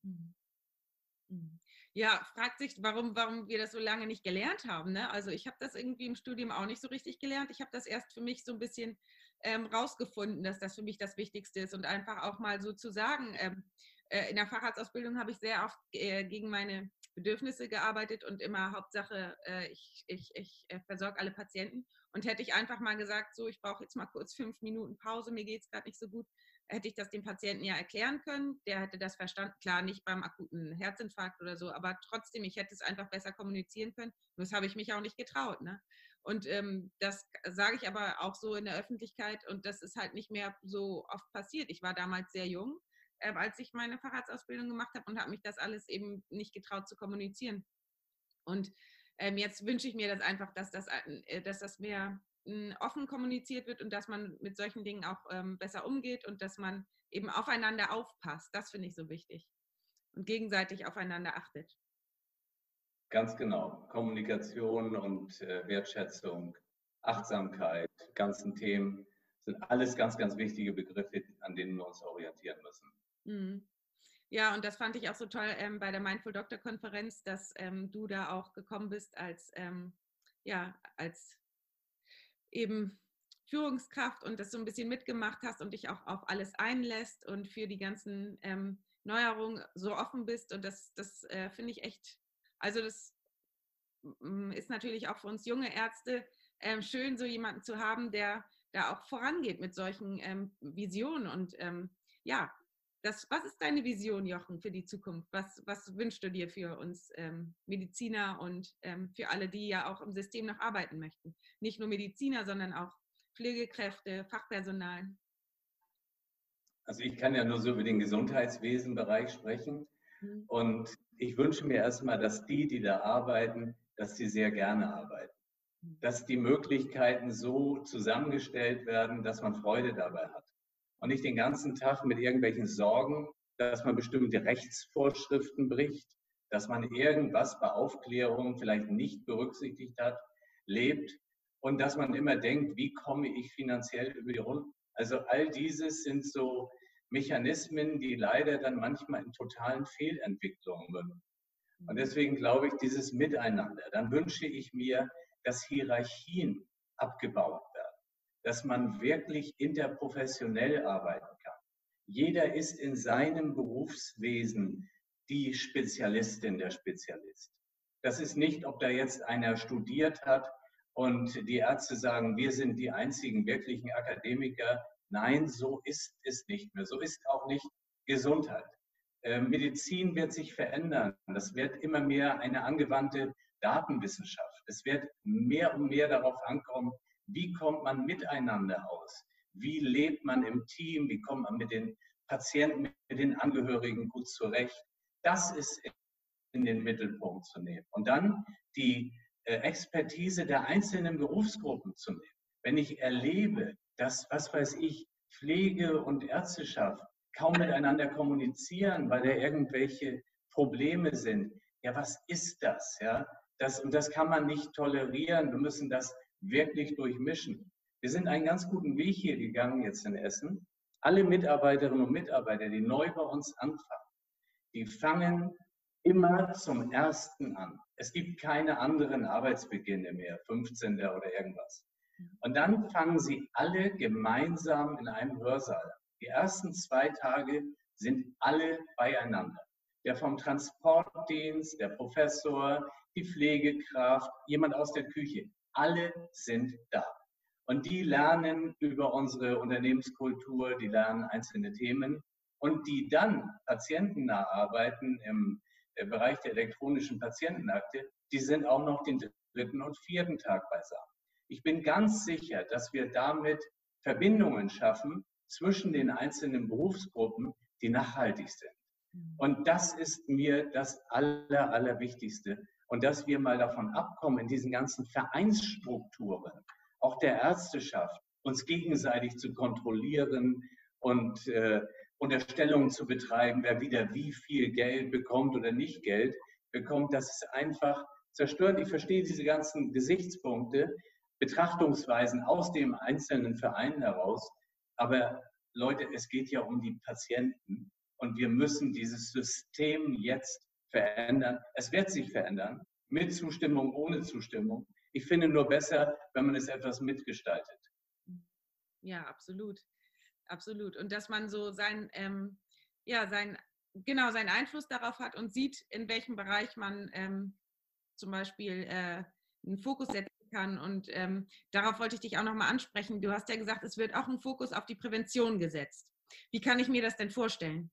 Ja, fragt sich, warum, warum wir das so lange nicht gelernt haben. Ne? Also ich habe das irgendwie im Studium auch nicht so richtig gelernt. Ich habe das erst für mich so ein bisschen ähm, rausgefunden, dass das für mich das Wichtigste ist und einfach auch mal so zu sagen. Ähm, äh, in der Facharztausbildung habe ich sehr oft äh, gegen meine Bedürfnisse gearbeitet und immer Hauptsache, äh, ich, ich, ich äh, versorge alle Patienten. Und hätte ich einfach mal gesagt, so, ich brauche jetzt mal kurz fünf Minuten Pause, mir geht es gerade nicht so gut, hätte ich das dem Patienten ja erklären können. Der hätte das verstanden. Klar, nicht beim akuten Herzinfarkt oder so, aber trotzdem, ich hätte es einfach besser kommunizieren können. Und das habe ich mich auch nicht getraut. Ne? Und ähm, das sage ich aber auch so in der Öffentlichkeit und das ist halt nicht mehr so oft passiert. Ich war damals sehr jung, äh, als ich meine Facharztausbildung gemacht habe und habe mich das alles eben nicht getraut zu kommunizieren. Und ähm, jetzt wünsche ich mir das einfach, dass das, äh, dass das mehr äh, offen kommuniziert wird und dass man mit solchen Dingen auch ähm, besser umgeht und dass man eben aufeinander aufpasst. Das finde ich so wichtig. Und gegenseitig aufeinander achtet. Ganz genau. Kommunikation und äh, Wertschätzung, Achtsamkeit, ganzen Themen sind alles ganz, ganz wichtige Begriffe, an denen wir uns orientieren müssen. Mhm. Ja, und das fand ich auch so toll ähm, bei der Mindful Doctor Konferenz, dass ähm, du da auch gekommen bist als, ähm, ja, als eben Führungskraft und das so ein bisschen mitgemacht hast und dich auch auf alles einlässt und für die ganzen ähm, Neuerungen so offen bist. Und das, das äh, finde ich echt, also das ist natürlich auch für uns junge Ärzte ähm, schön, so jemanden zu haben, der da auch vorangeht mit solchen ähm, Visionen. Und ähm, ja, das, was ist deine Vision, Jochen, für die Zukunft? Was, was wünschst du dir für uns ähm, Mediziner und ähm, für alle, die ja auch im System noch arbeiten möchten? Nicht nur Mediziner, sondern auch Pflegekräfte, Fachpersonal. Also ich kann ja nur so über den Gesundheitswesenbereich sprechen. Mhm. Und ich wünsche mir erstmal, dass die, die da arbeiten, dass sie sehr gerne arbeiten. Dass die Möglichkeiten so zusammengestellt werden, dass man Freude dabei hat. Und nicht den ganzen Tag mit irgendwelchen Sorgen, dass man bestimmte Rechtsvorschriften bricht, dass man irgendwas bei Aufklärung vielleicht nicht berücksichtigt hat, lebt und dass man immer denkt, wie komme ich finanziell über die Runden. Also all dieses sind so Mechanismen, die leider dann manchmal in totalen Fehlentwicklungen münden. Und deswegen glaube ich, dieses Miteinander, dann wünsche ich mir, dass Hierarchien abgebaut werden, dass man wirklich interprofessionell arbeiten kann. Jeder ist in seinem Berufswesen die Spezialistin, der Spezialist. Das ist nicht, ob da jetzt einer studiert hat und die Ärzte sagen, wir sind die einzigen wirklichen Akademiker. Nein, so ist es nicht mehr. So ist auch nicht Gesundheit. Medizin wird sich verändern. Das wird immer mehr eine angewandte Datenwissenschaft. Es wird mehr und mehr darauf ankommen, wie kommt man miteinander aus? Wie lebt man im Team? Wie kommt man mit den Patienten, mit den Angehörigen gut zurecht? Das ist in den Mittelpunkt zu nehmen. Und dann die Expertise der einzelnen Berufsgruppen zu nehmen. Wenn ich erlebe, dass, was weiß ich, Pflege und Ärzteschaft kaum miteinander kommunizieren, weil da irgendwelche Probleme sind. Ja, was ist das? Ja, das, und das kann man nicht tolerieren. Wir müssen das wirklich durchmischen. Wir sind einen ganz guten Weg hier gegangen jetzt in Essen. Alle Mitarbeiterinnen und Mitarbeiter, die neu bei uns anfangen, die fangen immer zum ersten an. Es gibt keine anderen Arbeitsbeginne mehr, fünfzehnten oder irgendwas. Und dann fangen sie alle gemeinsam in einem Hörsaal an. Die ersten zwei Tage sind alle beieinander. Der vom Transportdienst, der Professor, die Pflegekraft, jemand aus der Küche. Alle sind da. Und die lernen über unsere Unternehmenskultur, die lernen einzelne Themen und die dann patientennah arbeiten im Bereich der elektronischen Patientenakte, die sind auch noch den dritten und vierten Tag beisammen. Ich bin ganz sicher, dass wir damit Verbindungen schaffen zwischen den einzelnen Berufsgruppen, die nachhaltig sind. Und das ist mir das Aller, Allerwichtigste. Und dass wir mal davon abkommen, in diesen ganzen Vereinsstrukturen, auch der Ärzteschaft, uns gegenseitig zu kontrollieren und äh, Unterstellungen zu betreiben, wer wieder wie viel Geld bekommt oder nicht Geld bekommt, das ist einfach zerstört. Ich verstehe diese ganzen Gesichtspunkte, Betrachtungsweisen aus dem einzelnen Verein heraus, aber Leute, es geht ja um die Patienten und wir müssen dieses System jetzt verändern. Es wird sich verändern, mit Zustimmung, ohne Zustimmung. Ich finde nur besser, wenn man es etwas mitgestaltet. Ja, absolut. Absolut. Und dass man so sein, ähm, ja, sein, genau, seinen Einfluss darauf hat und sieht, in welchem Bereich man ähm, zum Beispiel äh, einen Fokus setzen kann. Und ähm, darauf wollte ich dich auch nochmal ansprechen. Du hast ja gesagt, es wird auch ein Fokus auf die Prävention gesetzt. Wie kann ich mir das denn vorstellen?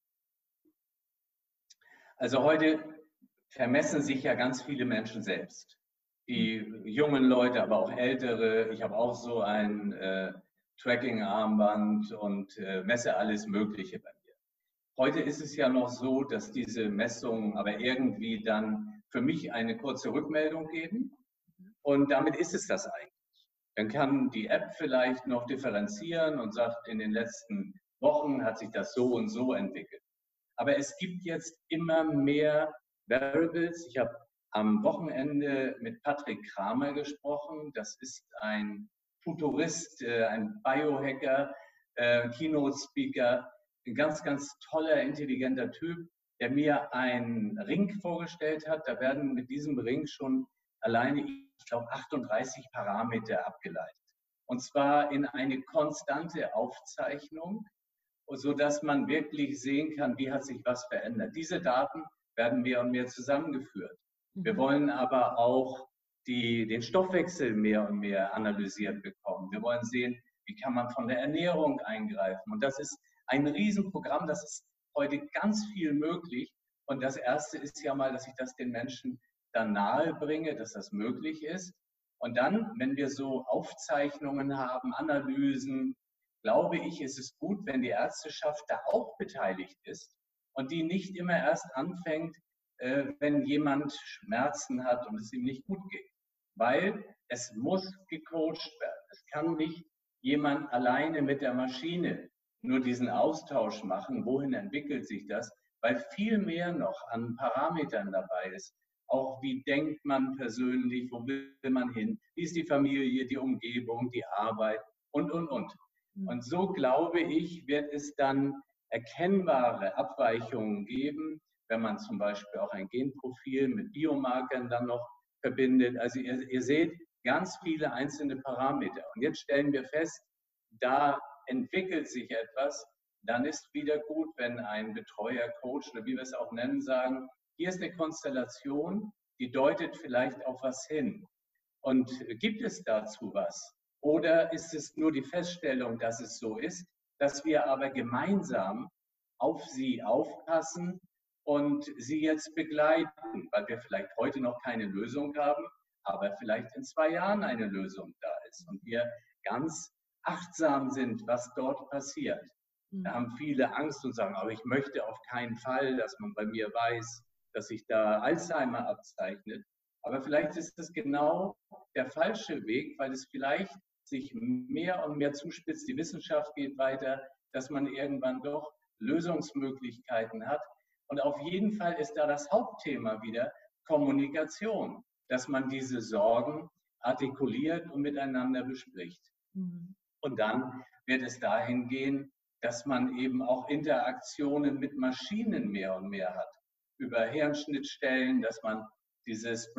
Also heute vermessen sich ja ganz viele Menschen selbst. Die jungen Leute, aber auch ältere. Ich habe auch so ein äh, Tracking-Armband und äh, messe alles Mögliche bei mir. Heute ist es ja noch so, dass diese Messungen aber irgendwie dann für mich eine kurze Rückmeldung geben und damit ist es das eigentlich. Dann kann die App vielleicht noch differenzieren und sagt, in den letzten Wochen hat sich das so und so entwickelt. Aber es gibt jetzt immer mehr Variables. Ich habe am Wochenende mit Patrick Kramer gesprochen. Das ist ein Futurist, ein Biohacker, Keynote-Speaker, ein ganz, ganz toller, intelligenter Typ, der mir einen Ring vorgestellt hat. Da werden mit diesem Ring schon alleine, ich glaube, achtunddreißig Parameter abgeleitet. Und zwar in eine konstante Aufzeichnung, sodass man wirklich sehen kann, wie hat sich was verändert. Diese Daten werden mehr und mehr zusammengeführt. Wir wollen aber auch die, den Stoffwechsel mehr und mehr analysiert bekommen. Wir wollen sehen, wie kann man von der Ernährung eingreifen. Und das ist ein Riesenprogramm, das ist heute ganz viel möglich. Und das Erste ist ja mal, dass ich das den Menschen dann nahe bringe, dass das möglich ist. Und dann, wenn wir so Aufzeichnungen haben, Analysen, glaube ich, ist es gut, wenn die Ärzteschaft da auch beteiligt ist und die nicht immer erst anfängt, äh, wenn jemand Schmerzen hat und es ihm nicht gut geht. Weil es muss gecoacht werden. Es kann nicht jemand alleine mit der Maschine nur diesen Austausch machen. Wohin entwickelt sich das? Weil viel mehr noch an Parametern dabei ist. Auch wie denkt man persönlich, wo will man hin? Wie ist die Familie, die Umgebung, die Arbeit und, und, und. Und so, glaube ich, wird es dann erkennbare Abweichungen geben, wenn man zum Beispiel auch ein Genprofil mit Biomarkern dann noch verbindet. Also ihr, ihr seht ganz viele einzelne Parameter. Und jetzt stellen wir fest, da entwickelt sich etwas, dann ist wieder gut, wenn ein Betreuer, Coach oder wie wir es auch nennen, sagen, hier ist eine Konstellation, die deutet vielleicht auf was hin. Und gibt es dazu was? Oder ist es nur die Feststellung, dass es so ist, dass wir aber gemeinsam auf sie aufpassen und sie jetzt begleiten, weil wir vielleicht heute noch keine Lösung haben, aber vielleicht in zwei Jahren eine Lösung da ist und wir ganz achtsam sind, was dort passiert. Da haben viele Angst und sagen, aber ich möchte auf keinen Fall, dass man bei mir weiß, dass sich da Alzheimer abzeichnet. Aber vielleicht ist es genau der falsche Weg, weil es vielleicht sich mehr und mehr zuspitzt, die Wissenschaft geht weiter, dass man irgendwann doch Lösungsmöglichkeiten hat. Und auf jeden Fall ist da das Hauptthema wieder Kommunikation, dass man diese Sorgen artikuliert und miteinander bespricht. Mhm. Und dann wird es dahin gehen, dass man eben auch Interaktionen mit Maschinen mehr und mehr hat. Über Hirnschnittstellen, dass man dieses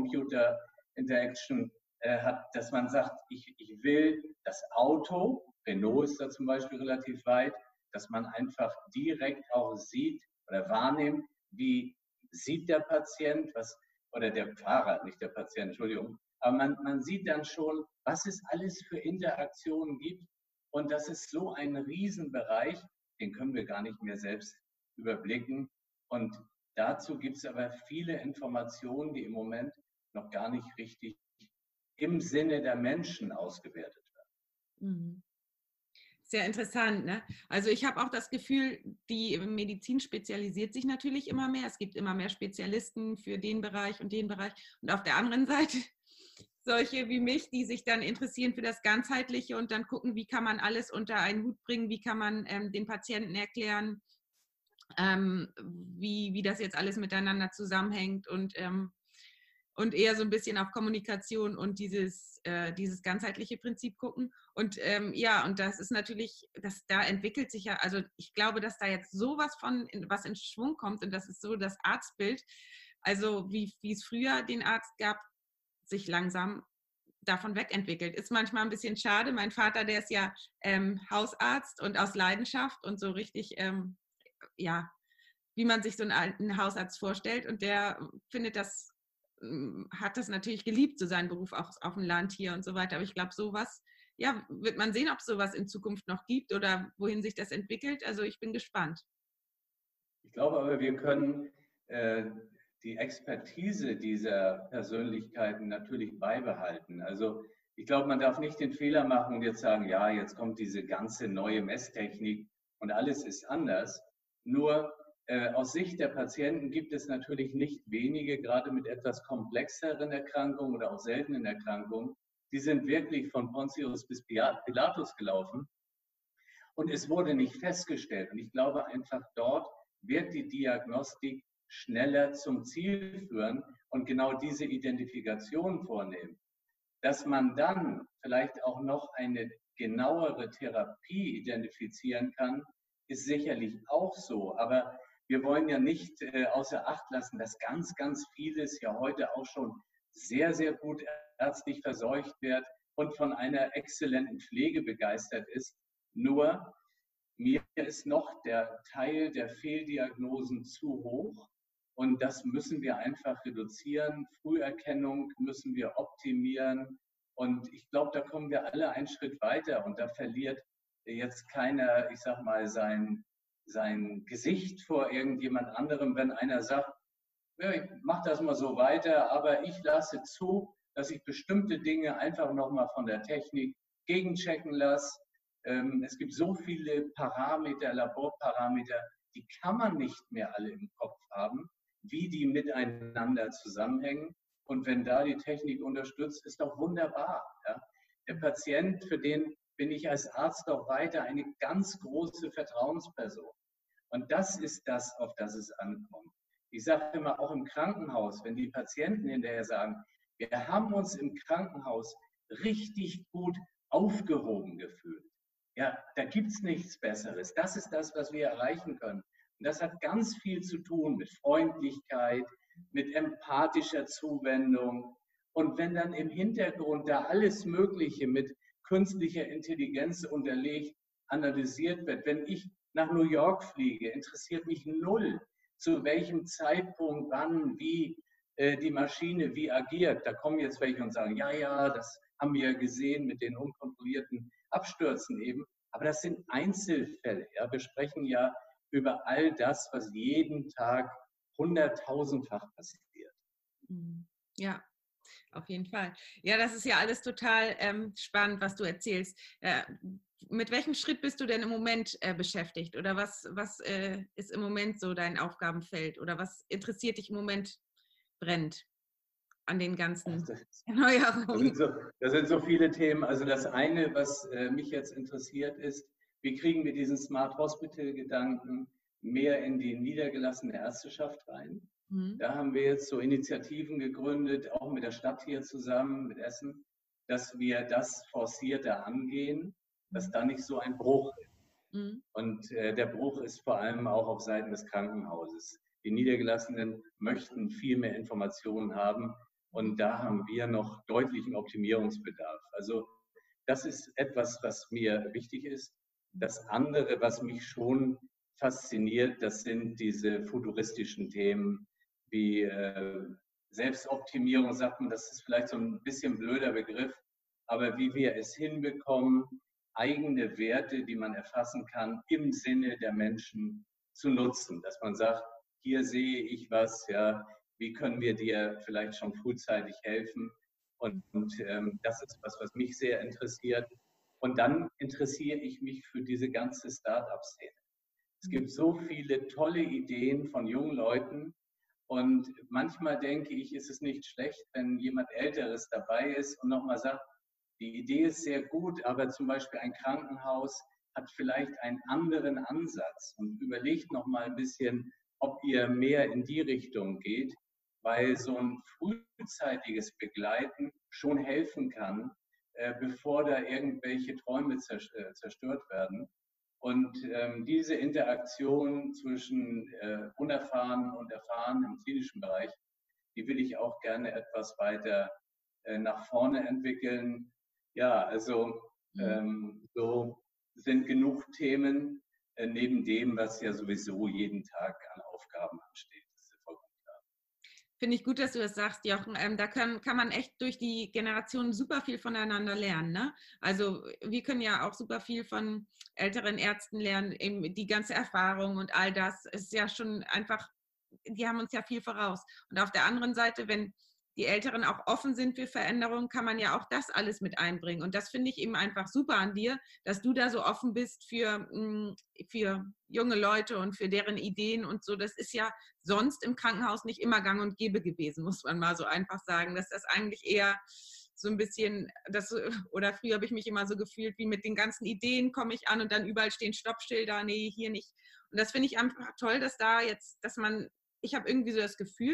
Brain-Computer-Interaction äh, hat, dass man sagt, ich, ich will das Auto, Renault ist da zum Beispiel relativ weit, dass man einfach direkt auch sieht oder wahrnimmt, wie sieht der Patient, was, oder der Fahrer, nicht der Patient, Entschuldigung, Aber man, man sieht dann schon, was es alles für Interaktionen gibt. Und das ist so ein Riesenbereich, den können wir gar nicht mehr selbst überblicken. Und dazu gibt es aber viele Informationen, die im Moment noch gar nicht richtig im Sinne der Menschen ausgewertet werden. Mhm. Sehr interessant, ne? Also ich habe auch das Gefühl, die Medizin spezialisiert sich natürlich immer mehr. Es gibt immer mehr Spezialisten für den Bereich und den Bereich. Und auf der anderen Seite solche wie mich, die sich dann interessieren für das Ganzheitliche und dann gucken, wie kann man alles unter einen Hut bringen, wie kann man ähm, den Patienten erklären, ähm, wie, wie das jetzt alles miteinander zusammenhängt und ähm, und eher so ein bisschen auf Kommunikation und dieses, äh, dieses ganzheitliche Prinzip gucken. Und ähm, ja, und das ist natürlich, das, da entwickelt sich ja, also ich glaube, dass da jetzt sowas von, in, was in Schwung kommt und das ist so das Arztbild, also wie, wie es früher den Arzt gab, sich langsam davon wegentwickelt. Ist manchmal ein bisschen schade. Mein Vater, der ist ja ähm, Hausarzt und aus Leidenschaft und so richtig, ähm, ja, wie man sich so einen alten Hausarzt vorstellt und der findet das hat das natürlich geliebt, so seinen Beruf auch auf dem Land hier und so weiter. Aber ich glaube, sowas, ja, wird man sehen, ob es sowas in Zukunft noch gibt oder wohin sich das entwickelt. Also ich bin gespannt. Ich glaube aber, wir können äh, die Expertise dieser Persönlichkeiten natürlich beibehalten. Also ich glaube, man darf nicht den Fehler machen und jetzt sagen, ja, jetzt kommt diese ganze neue Messtechnik und alles ist anders. Nur äh, aus Sicht der Patienten gibt es natürlich nicht wenige, gerade mit etwas komplexeren Erkrankungen oder auch seltenen Erkrankungen, die sind wirklich von Pontius bis Pilatus gelaufen. Und es wurde nicht festgestellt. Und ich glaube einfach, dort wird die Diagnostik schneller zum Ziel führen und genau diese Identifikation vornehmen. Dass man dann vielleicht auch noch eine genauere Therapie identifizieren kann, ist sicherlich auch so. Aber wir wollen ja nicht äh, außer Acht lassen, dass ganz, ganz vieles ja heute auch schon sehr, sehr gut ärztlich versorgt wird und von einer exzellenten Pflege begeistert ist. Nur mir ist noch der Teil der Fehldiagnosen zu hoch und das müssen wir einfach reduzieren. Früherkennung müssen wir optimieren und ich glaube, da kommen wir alle einen Schritt weiter und da verliert jetzt keiner, ich sag mal, sein, sein Gesicht vor irgendjemand anderem, wenn einer sagt, ja, ich mache das mal so weiter, aber ich lasse zu, dass ich bestimmte Dinge einfach nochmal von der Technik gegenchecken lasse. Ähm, es gibt so viele Parameter, Laborparameter, die kann man nicht mehr alle im Kopf haben, wie die miteinander zusammenhängen. Und wenn da die Technik unterstützt, ist doch wunderbar. Ja? Der Patient, für den bin ich als Arzt doch weiter eine ganz große Vertrauensperson. Und das ist das, auf das es ankommt. Ich sage immer, auch im Krankenhaus, wenn die Patienten hinterher sagen, wir haben uns im Krankenhaus richtig gut aufgehoben gefühlt. Ja, da gibt es nichts Besseres. Das ist das, was wir erreichen können. Und das hat ganz viel zu tun mit Freundlichkeit, mit empathischer Zuwendung. Und wenn dann im Hintergrund da alles Mögliche mit künstlicher Intelligenz unterlegt analysiert wird, wenn ich nach New York fliege, interessiert mich null, zu welchem Zeitpunkt, wann, wie äh, die Maschine wie agiert. Da kommen jetzt welche und sagen, ja, ja, das haben wir ja gesehen mit den unkontrollierten Abstürzen eben. Aber das sind Einzelfälle. Ja. Wir sprechen ja über all das, was jeden Tag hunderttausendfach passiert. Ja, auf jeden Fall. Ja, das ist ja alles total ähm, spannend, was du erzählst. Äh, mit welchem Schritt bist du denn im Moment äh, beschäftigt? Oder was, was äh, ist im Moment so dein Aufgabenfeld? Oder was interessiert dich im Moment brennend an den ganzen Erneuerungen? Das sind, so, das sind so viele Themen. Also das eine, was äh, mich jetzt interessiert, ist, wie kriegen wir diesen Smart Hospital-Gedanken mehr in die niedergelassene Ärzteschaft rein? Mhm. Da haben wir jetzt so Initiativen gegründet, auch mit der Stadt hier zusammen, mit Essen, dass wir das forcierter angehen, dass da nicht so ein Bruch ist. Mhm. Und äh, der Bruch ist vor allem auch auf Seiten des Krankenhauses. Die Niedergelassenen möchten viel mehr Informationen haben und da haben wir noch deutlichen Optimierungsbedarf. Also das ist etwas, was mir wichtig ist. Das andere, was mich schon fasziniert, das sind diese futuristischen Themen wie äh, Selbstoptimierung sagt man, das ist vielleicht so ein bisschen blöder Begriff, aber wie wir es hinbekommen, eigene Werte, die man erfassen kann, im Sinne der Menschen zu nutzen. Dass man sagt, hier sehe ich was, ja, wie können wir dir vielleicht schon frühzeitig helfen? Und, und ähm, das ist was, was mich sehr interessiert. Und dann interessiere ich mich für diese ganze Start-up-Szene. Es gibt so viele tolle Ideen von jungen Leuten. Und manchmal denke ich, ist es nicht schlecht, wenn jemand Älteres dabei ist und nochmal sagt, die Idee ist sehr gut, aber zum Beispiel ein Krankenhaus hat vielleicht einen anderen Ansatz und überlegt nochmal ein bisschen, ob ihr mehr in die Richtung geht, weil so ein frühzeitiges Begleiten schon helfen kann, äh, bevor da irgendwelche Träume zerstört werden. Und ähm, diese Interaktion zwischen äh, unerfahren und erfahren im klinischen Bereich, die will ich auch gerne etwas weiter äh, nach vorne entwickeln. Ja, also ähm, so sind genug Themen äh, neben dem, was ja sowieso jeden Tag an Aufgaben ansteht. Das ist vollkommen klar. Finde ich gut, dass du das sagst, Jochen. Ähm, da kann, kann man echt durch die Generationen super viel voneinander lernen. Ne? Also wir können ja auch super viel von älteren Ärzten lernen. Eben die ganze Erfahrung und all das ist ja schon einfach, die haben uns ja viel voraus. Und auf der anderen Seite, wenn die Älteren auch offen sind für Veränderungen, kann man ja auch das alles mit einbringen. Und das finde ich eben einfach super an dir, dass du da so offen bist für, für junge Leute und für deren Ideen und so. Das ist ja sonst im Krankenhaus nicht immer gang und gäbe gewesen, muss man mal so einfach sagen. Dass das eigentlich eher so ein bisschen, das, oder früher habe ich mich immer so gefühlt, wie mit den ganzen Ideen komme ich an und dann überall stehen Stoppschilder, nee, hier nicht. Und das finde ich einfach toll, dass da jetzt, dass man, ich habe irgendwie so das Gefühl,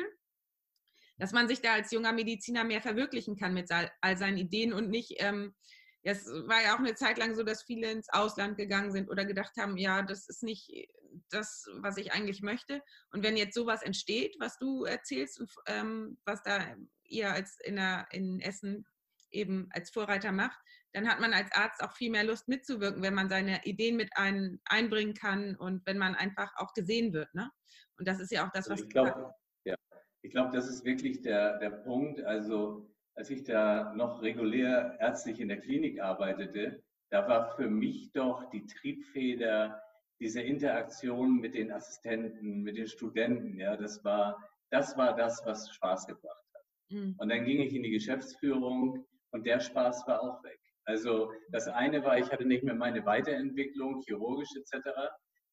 dass man sich da als junger Mediziner mehr verwirklichen kann mit all seinen Ideen und nicht, ähm, es war ja auch eine Zeit lang so, dass viele ins Ausland gegangen sind oder gedacht haben, ja, das ist nicht das, was ich eigentlich möchte. Und wenn jetzt sowas entsteht, was du erzählst und ähm, was da ihr als in, der, in Essen eben als Vorreiter macht, dann hat man als Arzt auch viel mehr Lust mitzuwirken, wenn man seine Ideen mit ein, einbringen kann und wenn man einfach auch gesehen wird. Ne? Und das ist ja auch das, Also was ich glaube, ja, ich glaube, das ist wirklich der, der Punkt. Also als ich da noch regulär ärztlich in der Klinik arbeitete, da war für mich doch die Triebfeder diese Interaktion mit den Assistenten, mit den Studenten. Ja, das war das, war das was Spaß gebracht hat. Mhm. Und dann ging ich in die Geschäftsführung und der Spaß war auch weg. Also das eine war, ich hatte nicht mehr meine Weiterentwicklung, chirurgisch et cetera,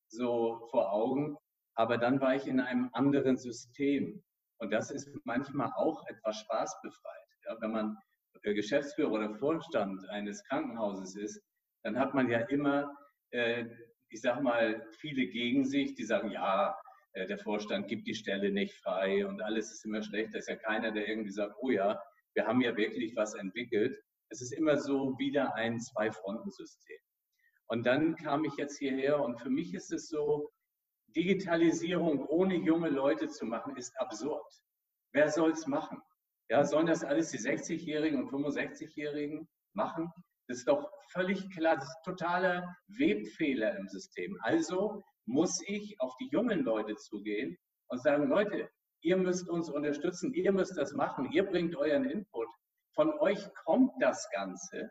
so vor Augen. Aber dann war ich in einem anderen System. Und das ist manchmal auch etwas spaßbefreit. Ja, wenn man Geschäftsführer oder Vorstand eines Krankenhauses ist, dann hat man ja immer, äh, ich sag mal, viele gegen sich, die sagen, ja, äh, der Vorstand gibt die Stelle nicht frei und alles ist immer schlecht. Da ist ja keiner, der irgendwie sagt, oh ja, wir haben ja wirklich was entwickelt. Es ist immer so wieder ein Zwei-Fronten-System. Und dann kam ich jetzt hierher und für mich ist es so, Digitalisierung ohne junge Leute zu machen, ist absurd. Wer soll es machen? Ja, sollen das alles die sechzigjährigen und fünfundsechzigjährigen machen? Das ist doch völlig klar, das ist ein totaler Webfehler im System. Also muss ich auf die jungen Leute zugehen und sagen, Leute, ihr müsst uns unterstützen, ihr müsst das machen, ihr bringt euren Input. Von euch kommt das Ganze,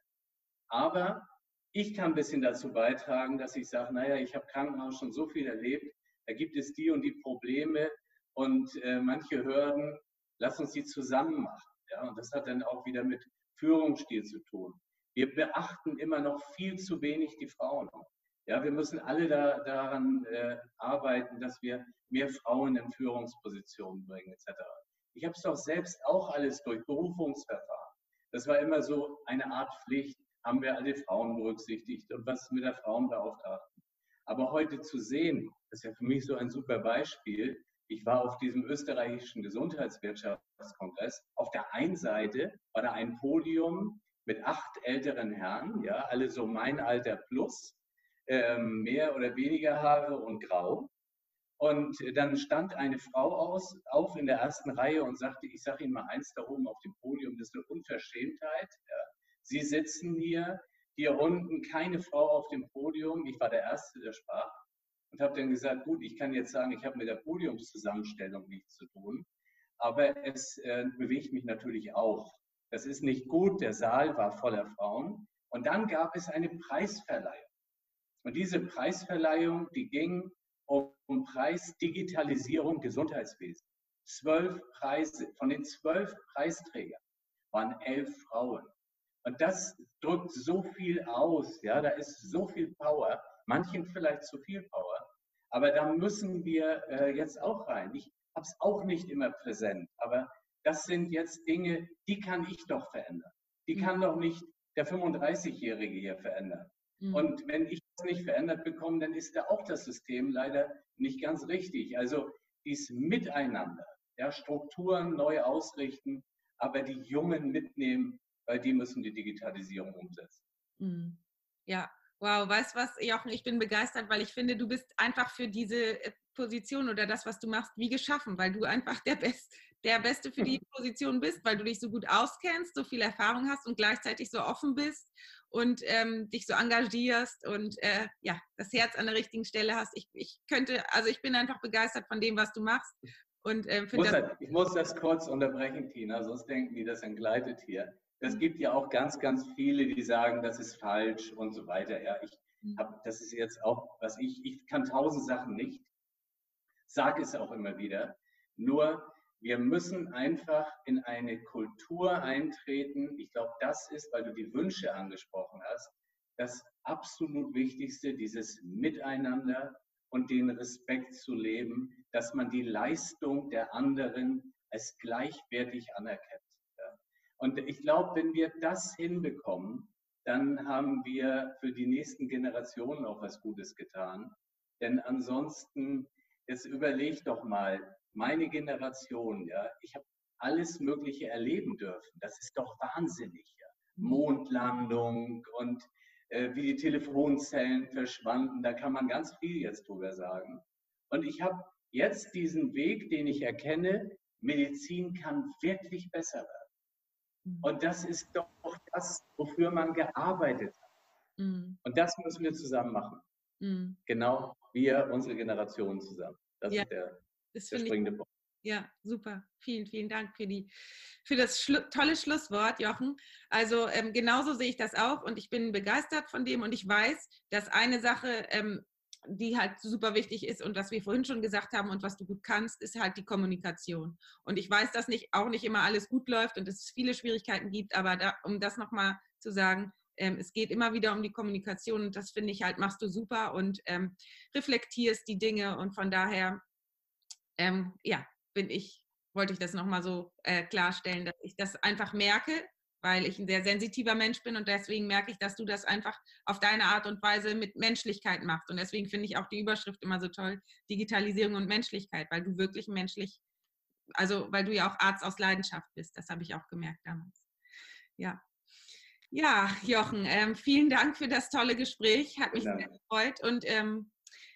aber ich kann ein bisschen dazu beitragen, dass ich sage, naja, ich habe Krankenhaus schon so viel erlebt, da gibt es die und die Probleme und äh, manche Hürden, lass uns die zusammen machen. Ja? Und das hat dann auch wieder mit Führungsstil zu tun. Wir beachten immer noch viel zu wenig die Frauen. Ja, wir müssen alle da, daran äh, arbeiten, dass wir mehr Frauen in Führungspositionen bringen, et cetera. Ich habe es doch selbst auch alles durch Berufungsverfahren. Das war immer so eine Art Pflicht. Haben wir alle Frauen berücksichtigt und was ist mit der Frauenbeauftragten? Aber heute zu sehen, das ist ja für mich so ein super Beispiel. Ich war auf diesem österreichischen Gesundheitswirtschaftskongress. Auf der einen Seite war da ein Podium mit acht älteren Herren, ja, alle so mein Alter plus, ähm, mehr oder weniger Haare und grau. Und dann stand eine Frau aus, auf in der ersten Reihe und sagte, ich sage Ihnen mal eins da oben auf dem Podium, das ist eine Unverschämtheit. Ja. Sie sitzen hier, hier unten keine Frau auf dem Podium. Ich war der Erste, der sprach und habe dann gesagt, gut, ich kann jetzt sagen, ich habe mit der Podiumszusammenstellung nichts zu tun. aber es äh, bewegt mich natürlich auch. Das ist nicht gut, der Saal war voller Frauen. Und dann gab es eine Preisverleihung. Und diese Preisverleihung, die ging um, um Preis Digitalisierung Gesundheitswesen. Zwölf Preise, von den zwölf Preisträgern waren elf Frauen. Und das drückt so viel aus, ja, da ist so viel Power, manchen vielleicht zu viel Power, aber da müssen wir äh, jetzt auch rein. Ich habe es auch nicht immer präsent, aber das sind jetzt Dinge, die kann ich doch verändern. Die kann doch nicht der fünfunddreißigjährige hier verändern. Mhm. Und wenn ich das nicht verändert bekomme, dann ist da auch das System leider nicht ganz richtig. Also dieses Miteinander, ja, Strukturen neu ausrichten, aber die Jungen mitnehmen, weil die müssen die Digitalisierung umsetzen. Mhm. Ja, wow, weißt du was, Jochen, ich bin begeistert, weil ich finde, du bist einfach für diese Position oder das, was du machst, wie geschaffen, weil du einfach der, Best, der Beste für die Position bist, weil du dich so gut auskennst, so viel Erfahrung hast und gleichzeitig so offen bist und ähm, dich so engagierst und äh, ja, das Herz an der richtigen Stelle hast. Ich, ich könnte, also ich bin einfach begeistert von dem, was du machst. Und, äh, ich, muss das, ich muss das kurz unterbrechen, Tina, sonst denken die, das entgleitet hier. Es gibt ja auch ganz, ganz viele, die sagen, das ist falsch und so weiter. Ja, ich habe, das ist jetzt auch, was ich, ich kann tausend Sachen nicht, sage es auch immer wieder. Nur, wir müssen einfach in eine Kultur eintreten. Ich glaube, das ist, weil du die Wünsche angesprochen hast, das absolut Wichtigste, dieses Miteinander und den Respekt zu leben, dass man die Leistung der anderen als gleichwertig anerkennt. Und ich glaube, wenn wir das hinbekommen, dann haben wir für die nächsten Generationen auch was Gutes getan. Denn ansonsten, jetzt überleg doch mal, meine Generation, ja, ich habe alles Mögliche erleben dürfen. Das ist doch wahnsinnig. Ja. Mondlandung und äh, wie die Telefonzellen verschwanden, da kann man ganz viel jetzt drüber sagen. Und ich habe jetzt diesen Weg, den ich erkenne, Medizin kann wirklich besser werden. Und das ist doch das, wofür man gearbeitet hat. Mm. Und das müssen wir zusammen machen. Mm. Genau, wir, unsere Generation zusammen. Das ja, ist der, das der springende ich, Punkt. Ja, super. Vielen, vielen Dank für, die, für das Schlu tolle Schlusswort, Jochen. Also ähm, genauso sehe ich das auch und ich bin begeistert von dem und ich weiß, dass eine Sache ähm, die halt super wichtig ist und was wir vorhin schon gesagt haben und was du gut kannst, ist halt die Kommunikation. Und ich weiß, dass nicht, auch nicht immer alles gut läuft und es viele Schwierigkeiten gibt, aber da, um das nochmal zu sagen, ähm, es geht immer wieder um die Kommunikation und das finde ich halt, machst du super und ähm, reflektierst die Dinge und von daher, ähm, ja, bin ich, wollte ich das nochmal so äh, klarstellen, dass ich das einfach merke, weil ich ein sehr sensitiver Mensch bin und deswegen merke ich, dass du das einfach auf deine Art und Weise mit Menschlichkeit machst. Und deswegen finde ich auch die Überschrift immer so toll, Digitalisierung und Menschlichkeit, weil du wirklich menschlich, also weil du ja auch Arzt aus Leidenschaft bist. Das habe ich auch gemerkt damals. Ja. Ja, Jochen, ähm, vielen Dank für das tolle Gespräch. Hat mich ja. sehr gefreut. Und ähm,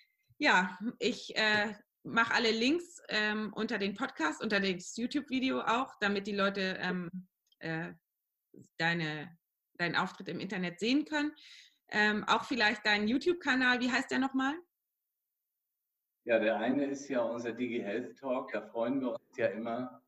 ja, ich äh, mache alle Links ähm, unter den Podcast, unter das YouTube-Video auch, damit die Leute ähm, äh, deine, deinen Auftritt im Internet sehen können. Ähm, auch vielleicht deinen YouTube-Kanal, wie heißt der nochmal? Ja, der eine ist ja unser DigiHealth Talk, da freuen wir uns ja immer,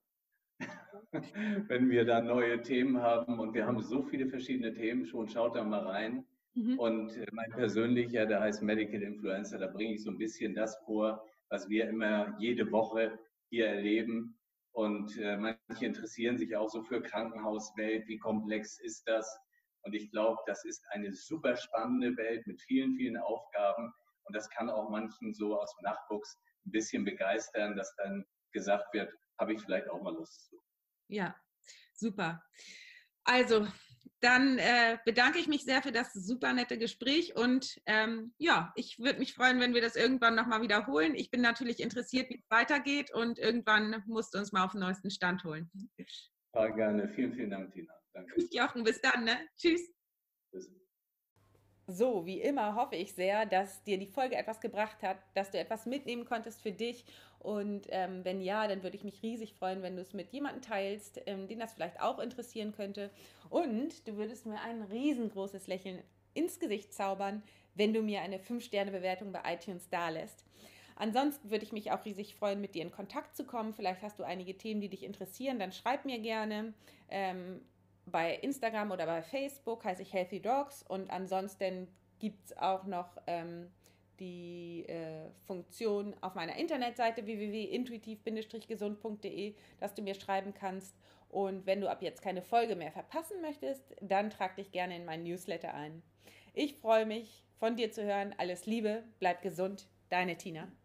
wenn wir da neue Themen haben und wir haben so viele verschiedene Themen schon, schaut da mal rein. Mhm. Und mein persönlicher, der heißt Medical Influencer, da bringe ich so ein bisschen das vor, was wir immer jede Woche hier erleben. Und äh, manche interessieren sich auch so für Krankenhauswelt, wie komplex ist das? Und ich glaube, das ist eine super spannende Welt mit vielen, vielen Aufgaben. Und das kann auch manchen so aus dem Nachwuchs ein bisschen begeistern, dass dann gesagt wird, habe ich vielleicht auch mal Lust zu. Ja, super. Also, dann äh, bedanke ich mich sehr für das super nette Gespräch und ähm, ja, ich würde mich freuen, wenn wir das irgendwann nochmal wiederholen. Ich bin natürlich interessiert, wie es weitergeht und irgendwann musst du uns mal auf den neuesten Stand holen. Ja, gerne. Vielen, vielen Dank, Tina. Danke. Jochen, bis dann, ne? Tschüss. Tschüss. So, wie immer hoffe ich sehr, dass dir die Folge etwas gebracht hat, dass du etwas mitnehmen konntest für dich. Und ähm, wenn ja, dann würde ich mich riesig freuen, wenn du es mit jemandem teilst, ähm, den das vielleicht auch interessieren könnte. Und du würdest mir ein riesengroßes Lächeln ins Gesicht zaubern, wenn du mir eine fünf Sterne Bewertung bei iTunes dalässt. Ansonsten würde ich mich auch riesig freuen, mit dir in Kontakt zu kommen. Vielleicht hast du einige Themen, die dich interessieren, dann schreib mir gerne. Ähm, bei Instagram oder bei Facebook heiße ich Healthy Dogs und ansonsten gibt es auch noch ähm, die äh, Funktion auf meiner Internetseite w w w punkt intuitiv gesund punkt d e, dass du mir schreiben kannst. Und wenn du ab jetzt keine Folge mehr verpassen möchtest, dann trag dich gerne in meinen Newsletter ein. Ich freue mich, von dir zu hören. Alles Liebe, bleib gesund, deine Tina.